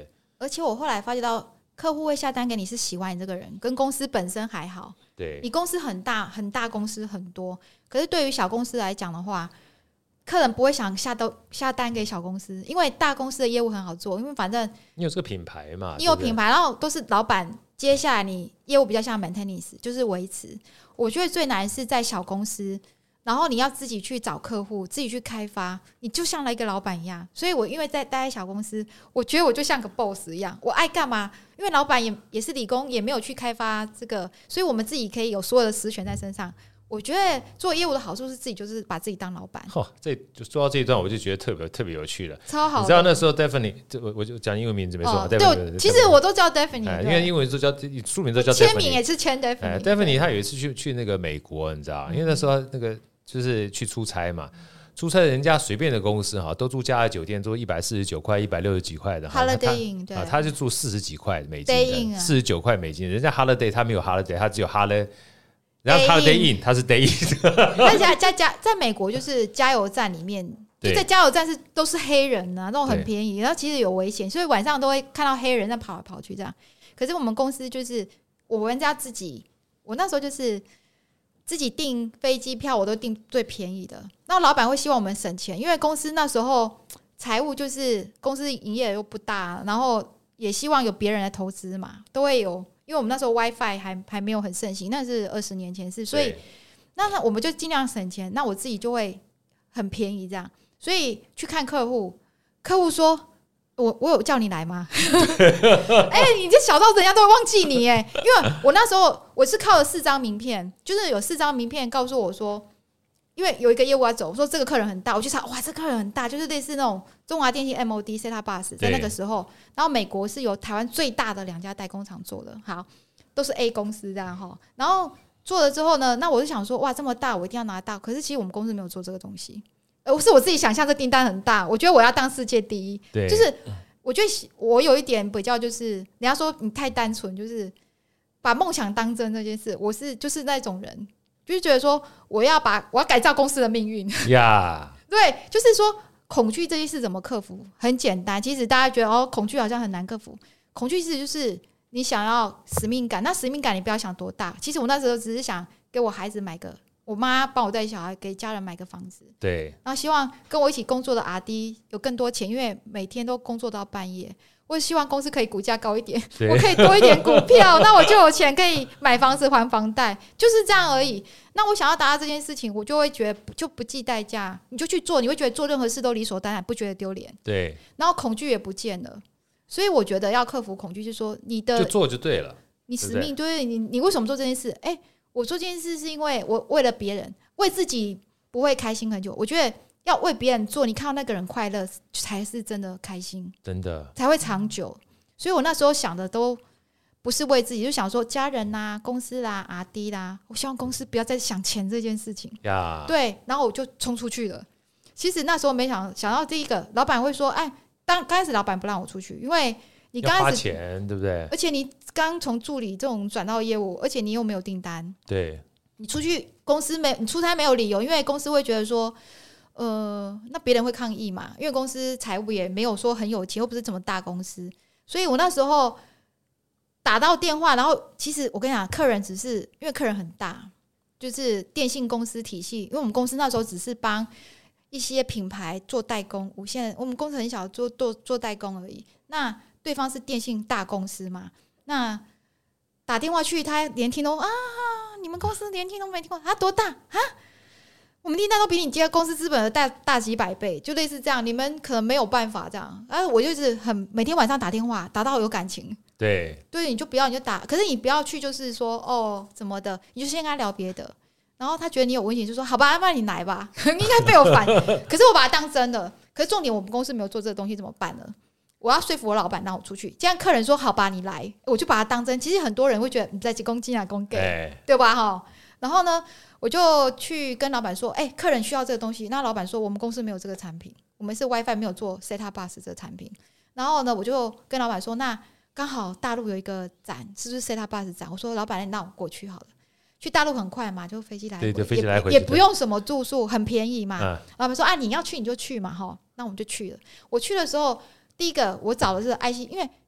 而且我后来发觉到，客户会下单给你是喜欢你这个人，跟公司本身还好。 对， 你公司很大，很大公司很多，可是对于小公司来讲的话，客人不会想下单给小公司，因为大公司的业务很好做，因为反正你有这个品牌嘛， 你有品牌，然后都是老板。接下来你业务比较像 maintenance， 就是维持。我觉得最难是在小公司，然后你要自己去找客户，自己去开发，你就像一个老板一样。所以我因为待在小公司，我觉得我就像个 boss 一样，我爱干嘛？因为老板也是理工，也没有去开发这个，所以我们自己可以有所有的实权在身上。我觉得做业务的好处是自己就是把自己当老板。 这就说到这一段，我就觉得特别有趣了， 超好的。 你知道那时候 Daphne， 我就讲英文名字没错， 对，其实我都叫 Daphne， 因为英文都叫书名都叫 Daphne， 签名也是签 Daphne。Daphne 他有一次去那个美国，你知道，因为那时候那个就是去出差嘛，出差人家随便的公司都住假日酒店，住149块、160几块的 Holiday Inn， 对， 他就住40几块美金的，49块美金，人家 Holiday 他没有 Holiday， 他只有 Holiday。然后 Holiday Inn 它是 Day Inn， 在美国就是加油站里面，就在加油站都是黑人啊，那种很便宜，然后其实有危险，所以晚上都会看到黑人在跑来跑去这样。可是我们公司就是我们家自己，我那时候就是自己订飞机票，我都订最便宜的。那老板会希望我们省钱，因为公司那时候财务就是公司营业又不大，然后也希望有别人来投资嘛，都会有。因为我们那时候 WiFi 还没有很盛行，那是20年前事，所以那我们就尽量省钱。那我自己就会很便宜这样，所以去看客户，客户说我有叫你来吗？你这小到人家都会忘记你因为我那时候我是靠了4张名片，就是有4张名片告诉我说。因为有一个业务要走，我说这个客人很大，我去查，哇，这个客人很大，就是类似那种中华电信 MOD Set-top Box， 在那个时候，然后美国是由台湾最大的2家代工厂做的，好，都是 A 公司这样哈，然后做了之后呢，那我就想说，哇，这么大，我一定要拿到，可是其实我们公司没有做这个东西，是我自己想象这订单很大，我觉得我要当世界第一，就是我觉得我有一点比较，就是人家说你太单纯，就是把梦想当真这件事，我就是那种人。就是觉得说我要改造公司的命运呀， 对，就是说恐惧这件事怎么克服？很简单，其实大家觉得恐惧好像很难克服。恐惧其实就是你想要使命感，那使命感你不要想多大。其实我那时候只是想给我孩子买个，我妈帮我带小孩，给家人买个房子， 对， 然后希望跟我一起工作的RD有更多钱，因为每天都工作到半夜。我希望公司可以股价高一点，我可以多一点股票，那我就有钱可以买房子还房贷，就是这样而已。那我想要达到这件事情，我就会觉得就不计代价，你就去做，你会觉得做任何事都理所当然，不觉得丢脸。 对， 然后恐惧也不见了。所以我觉得要克服恐惧，就是说你的就做就对了， 你使命就是你为什么做这件事？我做这件事是因为我为了别人，为自己不会开心很久。我觉得要为别人做，你看到那个人快乐才是真的开心， 真的才会长久。所以我那时候想的都不是为自己，就想说家人啦、公司啦、RD 啦，我希望公司不要再想钱这件事情呀。 对，然后我就冲出去了。其实那时候没想到第一个老板会说，刚开始老板不让我出去，因为你刚开始要花钱，对不对？ 而且你刚从助理这种转到业务，而且你又没有订单， 对， 你出去公司你出差没有理由，因为公司会觉得说。那别人会抗议嘛？因为公司财务也没有说很有钱，又不是这么大公司，所以我那时候打到电话，然后其实我跟你讲，客人只是因为客人很大，就是电信公司体系，因为我们公司那时候只是帮一些品牌做代工，无线我们公司很小，做代工而已。那对方是电信大公司嘛？那打电话去，他连听都你们公司连听都没听过，多大啊？我们订单都比你接公司资本的大几百倍，就类似这样，你们可能没有办法这样。我就是每天晚上打电话，打到有感情。对，你就不要，你就打，可是你不要去，就是说怎么的，你就先跟他聊别的。然后他觉得你有危险，就说好吧，那你来吧，应该被我烦。可是我把它当真的。可是重点，我们公司没有做这个东西，怎么办呢？我要说服我老板让我出去，这样客人说好吧，你来，我就把它当真。其实很多人会觉得你在急公斤啊，公给，对吧？哈。然后呢，我就去跟老板说，客人需要这个东西。那老板说，我们公司没有这个产品，我们是 WiFi 没有做 Set-top Box 这个产品。然后呢，我就跟老板说，那刚好大陆有一个展，是不是 Set-top Box 展？我说老板，那我过去好了。去大陆很快嘛，就飞机来回， 对，飞机来回也不用什么住宿，很便宜嘛。老板说你要去你就去嘛，哈，那我们就去了。我去的时候，第一个我找的是 IC， 因为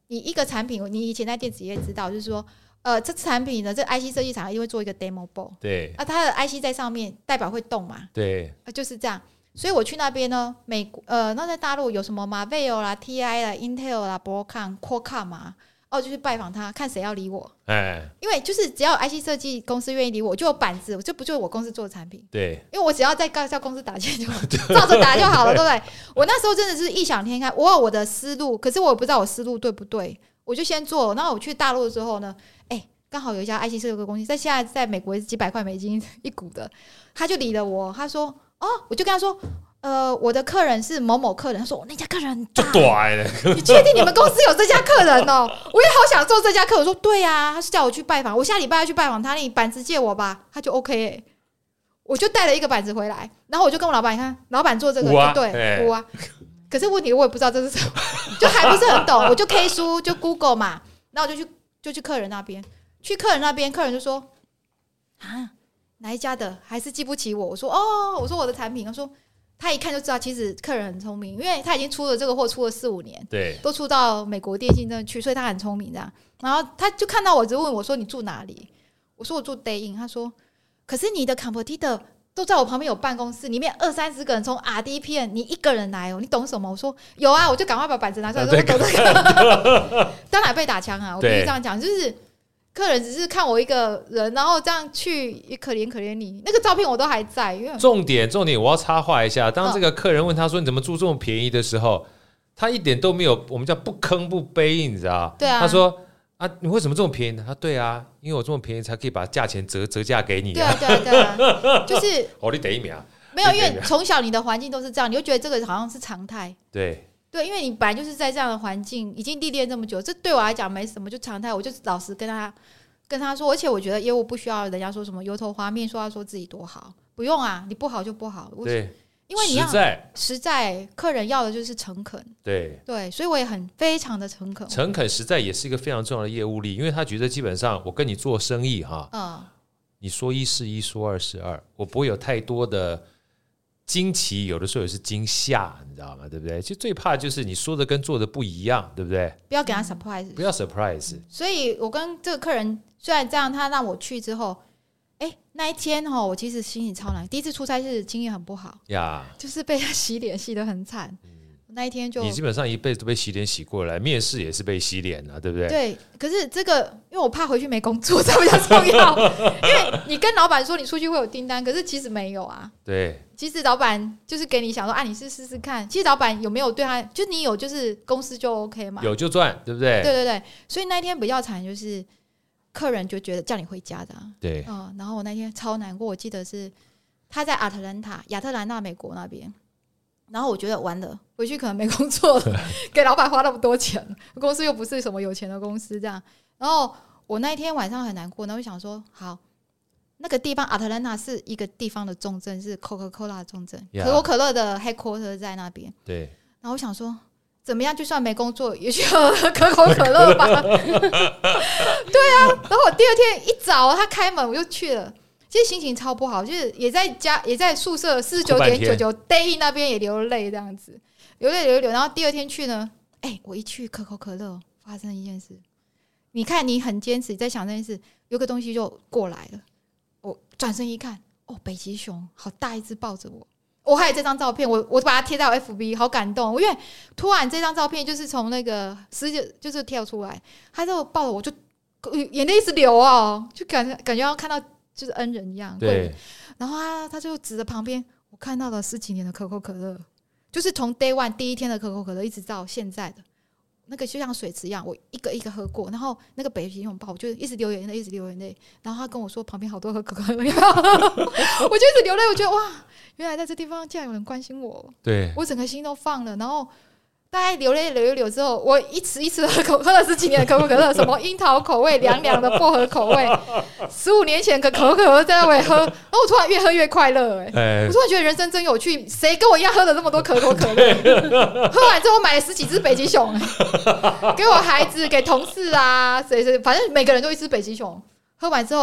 你一个产品，你以前在电子业知道，就是说，这产品呢，这 IC 设计厂一定会做一个 demo board， 对， 它的 IC 在上面代表会动嘛， 对， 就是这样。所以我去那边呢，美国那在大陆有什么Marvell 啦、TI 啦、Intel 啦、Broadcom、Qualcomm 嘛，就去拜访他，看谁要理我。因为就是只要 IC 设计公司愿意理我，就有板子，这不就是我公司做的产品？ 对， 因为我只要在叫公司打钱就照着打就好了，对不对？我那时候真的是异想天开，我有我的思路，可是我也不知道我思路对不对，我就先做。然后我去大陆的时候呢，刚好有一家 IC 设计公司，现在在美国是几百块美金一股的，他就理了我，他说我就跟他说。我的客人是某某客人，他说我那家客人很大，你确定你们公司有这家客人哦？我也好想做这家客人。我说对啊，他是叫我去拜访，我下礼拜要去拜访他，你板子借我吧，他就 OK 我就带了一个板子回来，然后我就跟我老板看，老板做这个就对，可是问题我也不知道这是什么，就还不是很懂，我就 K 书就 Google 嘛，然后我就去客人那边，客人就说哪一家的，还是记不起我。我说我说我的产品，他说。他一看就知道，其实客人很聪明，因为他已经出了这个货，出了4-5年， 对， 都出到美国电信这去，所以他很聪明这样。然后他就看到我，就问我说：“你住哪里？”我说：“我住 Day In。”他说：“可是你的 competitor 都在我旁边有办公室，里面20-30个人从 RDPN， 你一个人来你懂什么？”我说：“有啊。”我就赶快把板子拿出来，说：“我懂这个。”当然被打枪啊！我必须这样讲，就是。客人只是看我一个人，然后这样去也可怜你。那个照片我都还在。因为重点，我要插话一下。当这个客人问他说：“你怎么住这么便宜？”的时候，他一点都没有我们叫不吭不卑，你知道？ 对啊。 他说：“你为什么这么便宜？”他说：“对啊，因为我这么便宜才可以把价钱折价给你。” 对啊，就是你等一秒。 没有，因为从小你的环境都是这样，你就觉得这个好像是常态。 对， 因为你本来就是在这样的环境，已经历练这么久，这对我来讲没什么，就常态。我就老实跟他说，而且我觉得业务不需要人家说什么油头滑面，说自己多好，不用啊，你不好就不好。 对， 因为你要实在，客人要的就是诚恳。对，所以我也非常的诚恳。 诚恳实在也是一个非常重要的业务力，因为他觉得基本上我跟你做生意你说一是一，说二是二，我不会有太多的。惊奇有的时候也是惊吓，你知道吗？对不对？就最怕就是你说的跟做的不一样，对不对？ 不要给他 surprise， 不要 surprise。 所以我跟这个客人虽然这样，他让我去之后，那一天我其实心里超难。第一次出差是经验很不好呀，就是被他洗脸洗得很惨。那一天就你基本上一辈子都被洗脸洗过来，面试也是被洗脸啊，对不对？ 对，可是这个因为我怕回去没工作，这比较重要。因为你跟老板说你出去会有订单，可是其实没有啊。 对， 其实老板就是给你想说你试试看。其实老板有没有对他，就你有就是公司就 OK 嘛， 有就赚，对不对？ 对。所以那一天比较惨，就是客人就觉得叫你回家的。 对， 然后我那天超难过，我记得是他在亚特兰大美国那边。然后我觉得完了，回去可能没工作了，给老板花那么多钱，公司又不是什么有钱的公司这样。然后我那一天晚上很难过，然后想说，好，那个地方亚特兰大是一个地方的重镇，是 Coca-Cola 的重镇，可口可乐的 headquarter 在那边。 对。 然后我想说，怎么样，就算没工作，也去喝可口可乐吧。对啊。然后我第二天一早他开门，我就去了。其实心情超不好，就是也在宿舍49.99 Day 那边也流泪这样子，流。然后第二天去呢，我一去可口可乐发生一件事，你看你很坚持在想这件事，有个东西就过来了，我转身一看，北极熊好大一只抱着我，我还有这张照片，我把它贴在我 FB， 好感动，因为突然这张照片就是从那个就是跳出来，他就抱着我，就眼泪一直流就感觉要看到。就是恩人一样，对。然后他就指着旁边，我看到了10几年的可口可乐，就是从 Day One 第一天的可口可乐一直到现在的那个，就像水池一样，我一个一个喝过。然后那个北极熊抱，我就一直流眼泪，然后他跟我说旁边好多可口可乐，我就一直流泪。我觉得哇，原来在这地方竟然有人关心我，对我整个心都放了。然后大概流泪之后，我一匙喝了10几年的可口可乐，什么樱桃口味、凉凉的薄荷口味，15年前的可口可乐在那里喝，然后我突然越喝越快乐，我突然觉得人生真有趣，谁跟我一样喝了这么多可口可乐？喝完之后买了10几只北极熊，给我孩子、给同事啊，谁反正每个人都一只北极熊。喝完之后，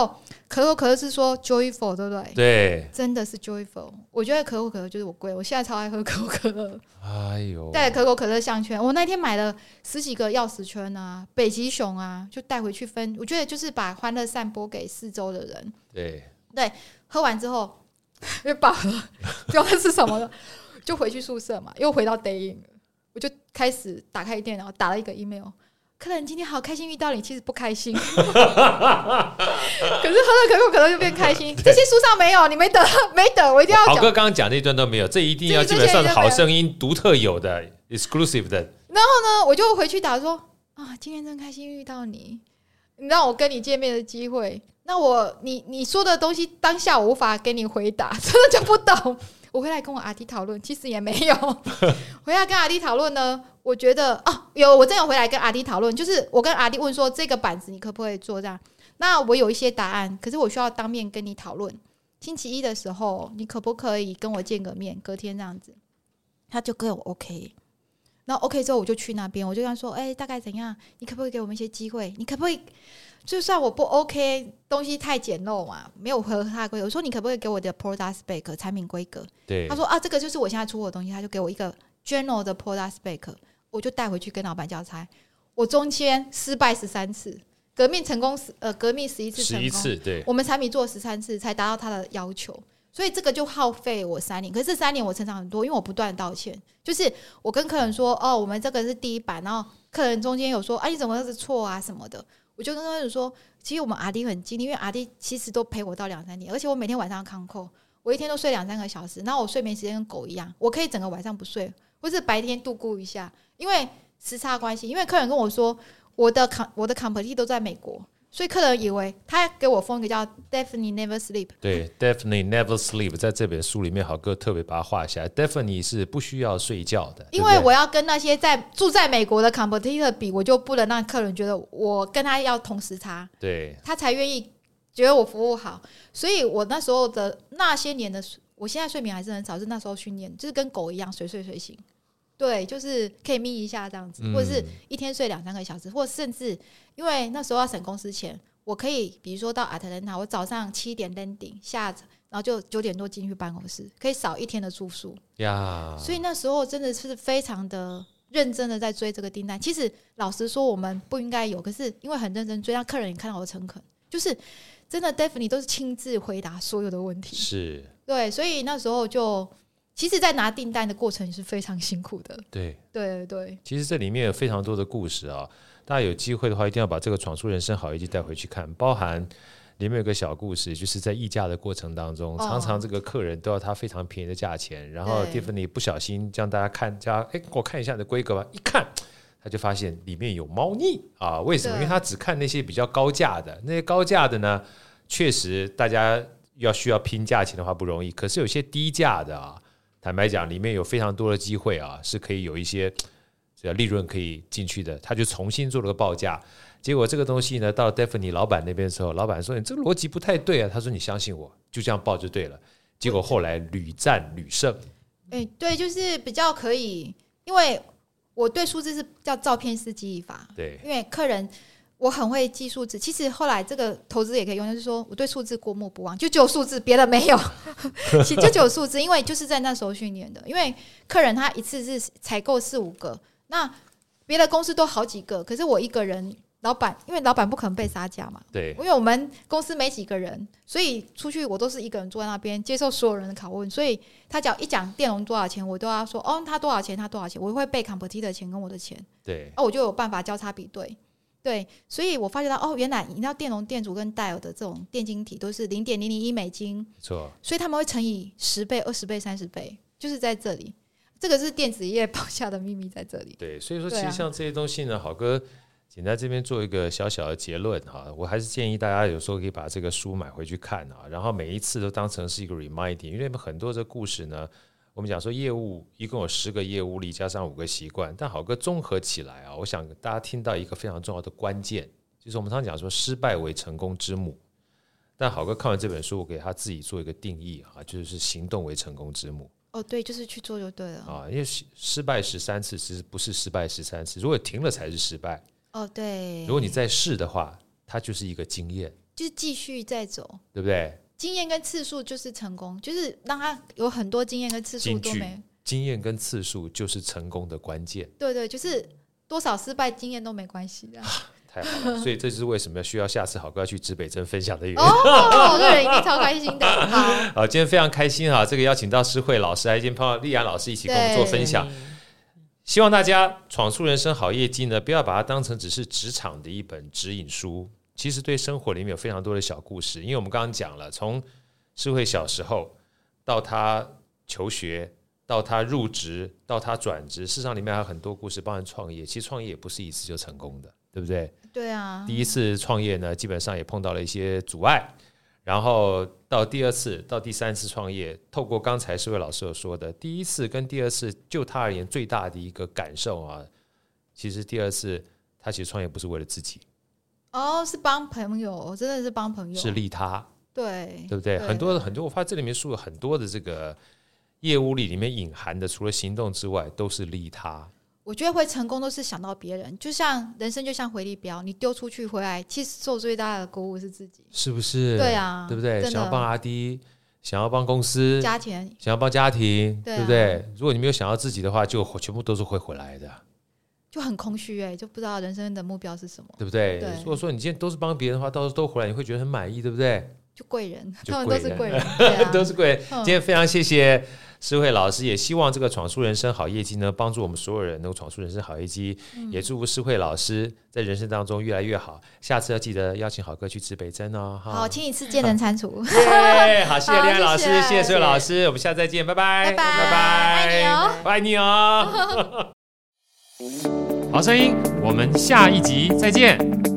可口可乐是说 joyful 对不对？ 对， 真的是 joyful。我觉得可口可乐就是我贵，我现在超爱喝可口可乐。 哎呦， 带可口可乐项圈，我那天买了10几个钥匙圈啊，北极熊啊，就带回去分。我觉得就是把欢乐散播给四周的人。 对， 喝完之后又饱了，不知道是什么了，就回去宿舍嘛，又回到 day in 了。我就开始打开电脑，打了一个 email。客人今天好开心遇到你，其实不开心。可是喝了可口可乐就变开心。这些书上没有，你没得，我一定要讲。 好哥刚刚讲那一段都没有，这一定要基本上是好声音独特有的 exclusive 的。 然后呢，我就回去打说啊，今天真开心遇到你，你让我跟你见面的机会。那你说的东西当下我无法给你回答，真的就不懂。我回来跟我阿弟讨论，其实也没有。回来跟阿弟讨论呢，我觉得我真有回来跟阿弟讨论，就是我跟阿弟问说这个板子你可不可以做这样？那我有一些答案，可是我需要当面跟你讨论。星期一的时候，你可不可以跟我见个面？隔天这样子，他就跟我 OK。然后 OK 之后，我就去那边，我就跟他说：“大概怎样？你可不可以给我们一些机会？你可不可以？”就算我不 OK， 东西太简陋嘛，没有合他的规格。我说你可不可以给我的 product spec 产品规格？ 对， 他说这个就是我现在出的东西，他就给我一个 general 的 product spec， 我就带回去跟老板交差。我中间失败13次，革命成功革命11次成功，11次， 对， 我们产品做13次才达到他的要求。所以这个就耗费我3年，可是这3年我成长很多，因为我不断道歉。就是我跟客人说我们这个是第一版，然后客人中间有说你怎么是错啊什么的。我就跟客人说，其实我们阿弟很尽力，因为阿弟其实都陪我到2-3年，而且我每天晚上康扣，我一天都睡2-3个小时，然后我睡眠时间跟狗一样，我可以整个晚上不睡，或是白天度过一下，因为时差关系。因为客人跟我说，我的 company 都在美国，所以客人以为他给我封一个叫 Definitely Never Sleep。 对， Definitely Never Sleep 在这本书里面好哥特别把它画下来， Definitely 是不需要睡觉的， 因为我要跟那些住在美国的 competitor 比，我就不能让客人觉得我跟他要同时差， 对， 他才愿意觉得我服务好。所以我那时候的那些年的，我现在睡眠还是很少，是那时候训练就是跟狗一样随睡随醒。对，就是可以眯一下这样子，或者是一天睡2-3个小时，或甚至因为那时候要省公司钱，我可以比如说到 Atlanta， 我早上7点 landing 下，然后就9点多进去办公室，可以少1天的住宿呀。所以那时候真的是非常的认真的在追这个订单。其实老实说我们不应该有，可是因为很认真追，让客人也看到我的诚恳，就是真的 Daphne 都是亲自回答所有的问题。 是， 对，所以那时候就其实在拿订单的过程是非常辛苦的。 对对对， 其实这里面有非常多的故事啊，大家有机会的话一定要把这个闯出人生好业绩带回去看，包含里面有个小故事，就是在议价的过程当中，常常这个客人都要他非常便宜的价钱，然后 Tiffany 不小心将大家看我看一下你的规格吧，一看他就发现里面有猫腻啊！为什么？因为他只看那些比较高价的，那些高价的呢，确实大家需要拼价钱的话不容易，可是有些低价的啊，坦白讲，里面有非常多的机会啊，是可以有一些利润可以进去的。他就重新做了个报价，结果这个东西呢，到了 Daphne 老板那边的时候，老板说：“你这个逻辑不太对啊。”他说：“你相信我，就这样报就对了。”结果后来屡战屡胜。 对，就是比较可以，因为我对数字是叫照片式记忆法。 对， 因为客人。我很会记数字，其实后来这个投资也可以用，就是说我对数字过目不忘，就只有数字，别的没有，就只有数字。因为就是在那时候训练的，因为客人他一次是采购4-5个，那别的公司都好几个，可是我一个人，老板因为老板不可能被杀价嘛， 对， 因为我们公司没几个人，所以出去我都是一个人坐在那边接受所有人的拷问，所以他只要一讲电容多少钱，我都要说他多少钱，他多少钱，我会背 competitor 的钱跟我的钱， 对， 我就有办法交叉比对。对，所以我发觉到原来你知道电容电阻跟戴尔的这种电晶体都是$0.001美金，没错， 所以他们会乘以10倍、20倍、30倍，就是在这里，这个是电子业报价的秘密在这里。 对，所以说其实像这些东西呢，好哥简单这边做一个小小的结论哈，我还是建议大家有时候可以把这个书买回去看啊，然后每一次都当成是一个 reminding， 因为很多的故事呢。我们讲说业务一共有10个业务力加上5个习惯，但好哥综合起来啊，我想大家听到一个非常重要的关键，就是我们常常讲说失败为成功之母，但好哥看完这本书，我给他自己做一个定义啊，就是行动为成功之母。 对，就是去做就对了啊， 因为失败13次其实不是失败13次，如果停了才是失败。 对， 如果你再试的话，它就是一个经验。 就是继续再走， 对不对？ 经验跟次数就是成功，就是让他有很多经验跟次数都没。 经验跟次数就是成功的关键。 对对，就是多少失败经验都没关系的。 太好了，所以这就是为什么需要下次好哥要去指北针分享的原因。 哦，这人一定超开心的。 好，今天非常开心哈，这个邀请到诗慧老师，还今天碰到丽安老师一起跟我们做分享。希望大家闯出人生好业绩呢，不要把它当成只是职场的一本指引书，其实对生活里面有非常多的小故事。因为我们刚刚讲了，从诗慧小时候到她求学，到他入职，到他转职，事实上里面还有很多故事，包含创业。其实创业也不是一次就成功的，对不对？ 对啊。 第一次创业呢，基本上也碰到了一些阻碍，然后到第二次、到第三次创业，透过刚才诗慧老师有说的，第一次跟第二次，就他而言最大的一个感受啊，其实第二次他其实创业不是为了自己， 是帮朋友，真的是帮朋友， 是利他， 对不对？很多，我发现这里面说了很多的这个。业务里面隐含的，除了行动之外，都是利他。 我觉得会成功都是想到别人，就像人生就像回力镖，你丢出去回来，其实受最大的鼓舞是自己， 是不是？ 对啊， 对不对？想要帮阿弟，想要帮公司、 家庭， 想要帮家庭，对不对？如果你没有想到自己的话，就全部都是会回来的， 就很空虚就不知道人生的目标是什么， 对不对？如果说你今天都是帮别人的话，到时候都回来，你会觉得很满意，对不对？ 就贵人，他们都是贵人， 都是贵人。今天非常谢谢诗慧老师，也希望这个闯出人生好业绩呢，帮助我们所有人能够闯出人生好业绩。也祝福诗慧老师在人生当中越来越好。下次要记得邀请好哥去指北针哦。 好，请你吃见人蟾蜍。 好，谢谢丽安老师，谢谢诗慧老师，我们下次再见，拜拜， 拜拜，爱你哦， 爱你哦。好声音，我们下一集再见。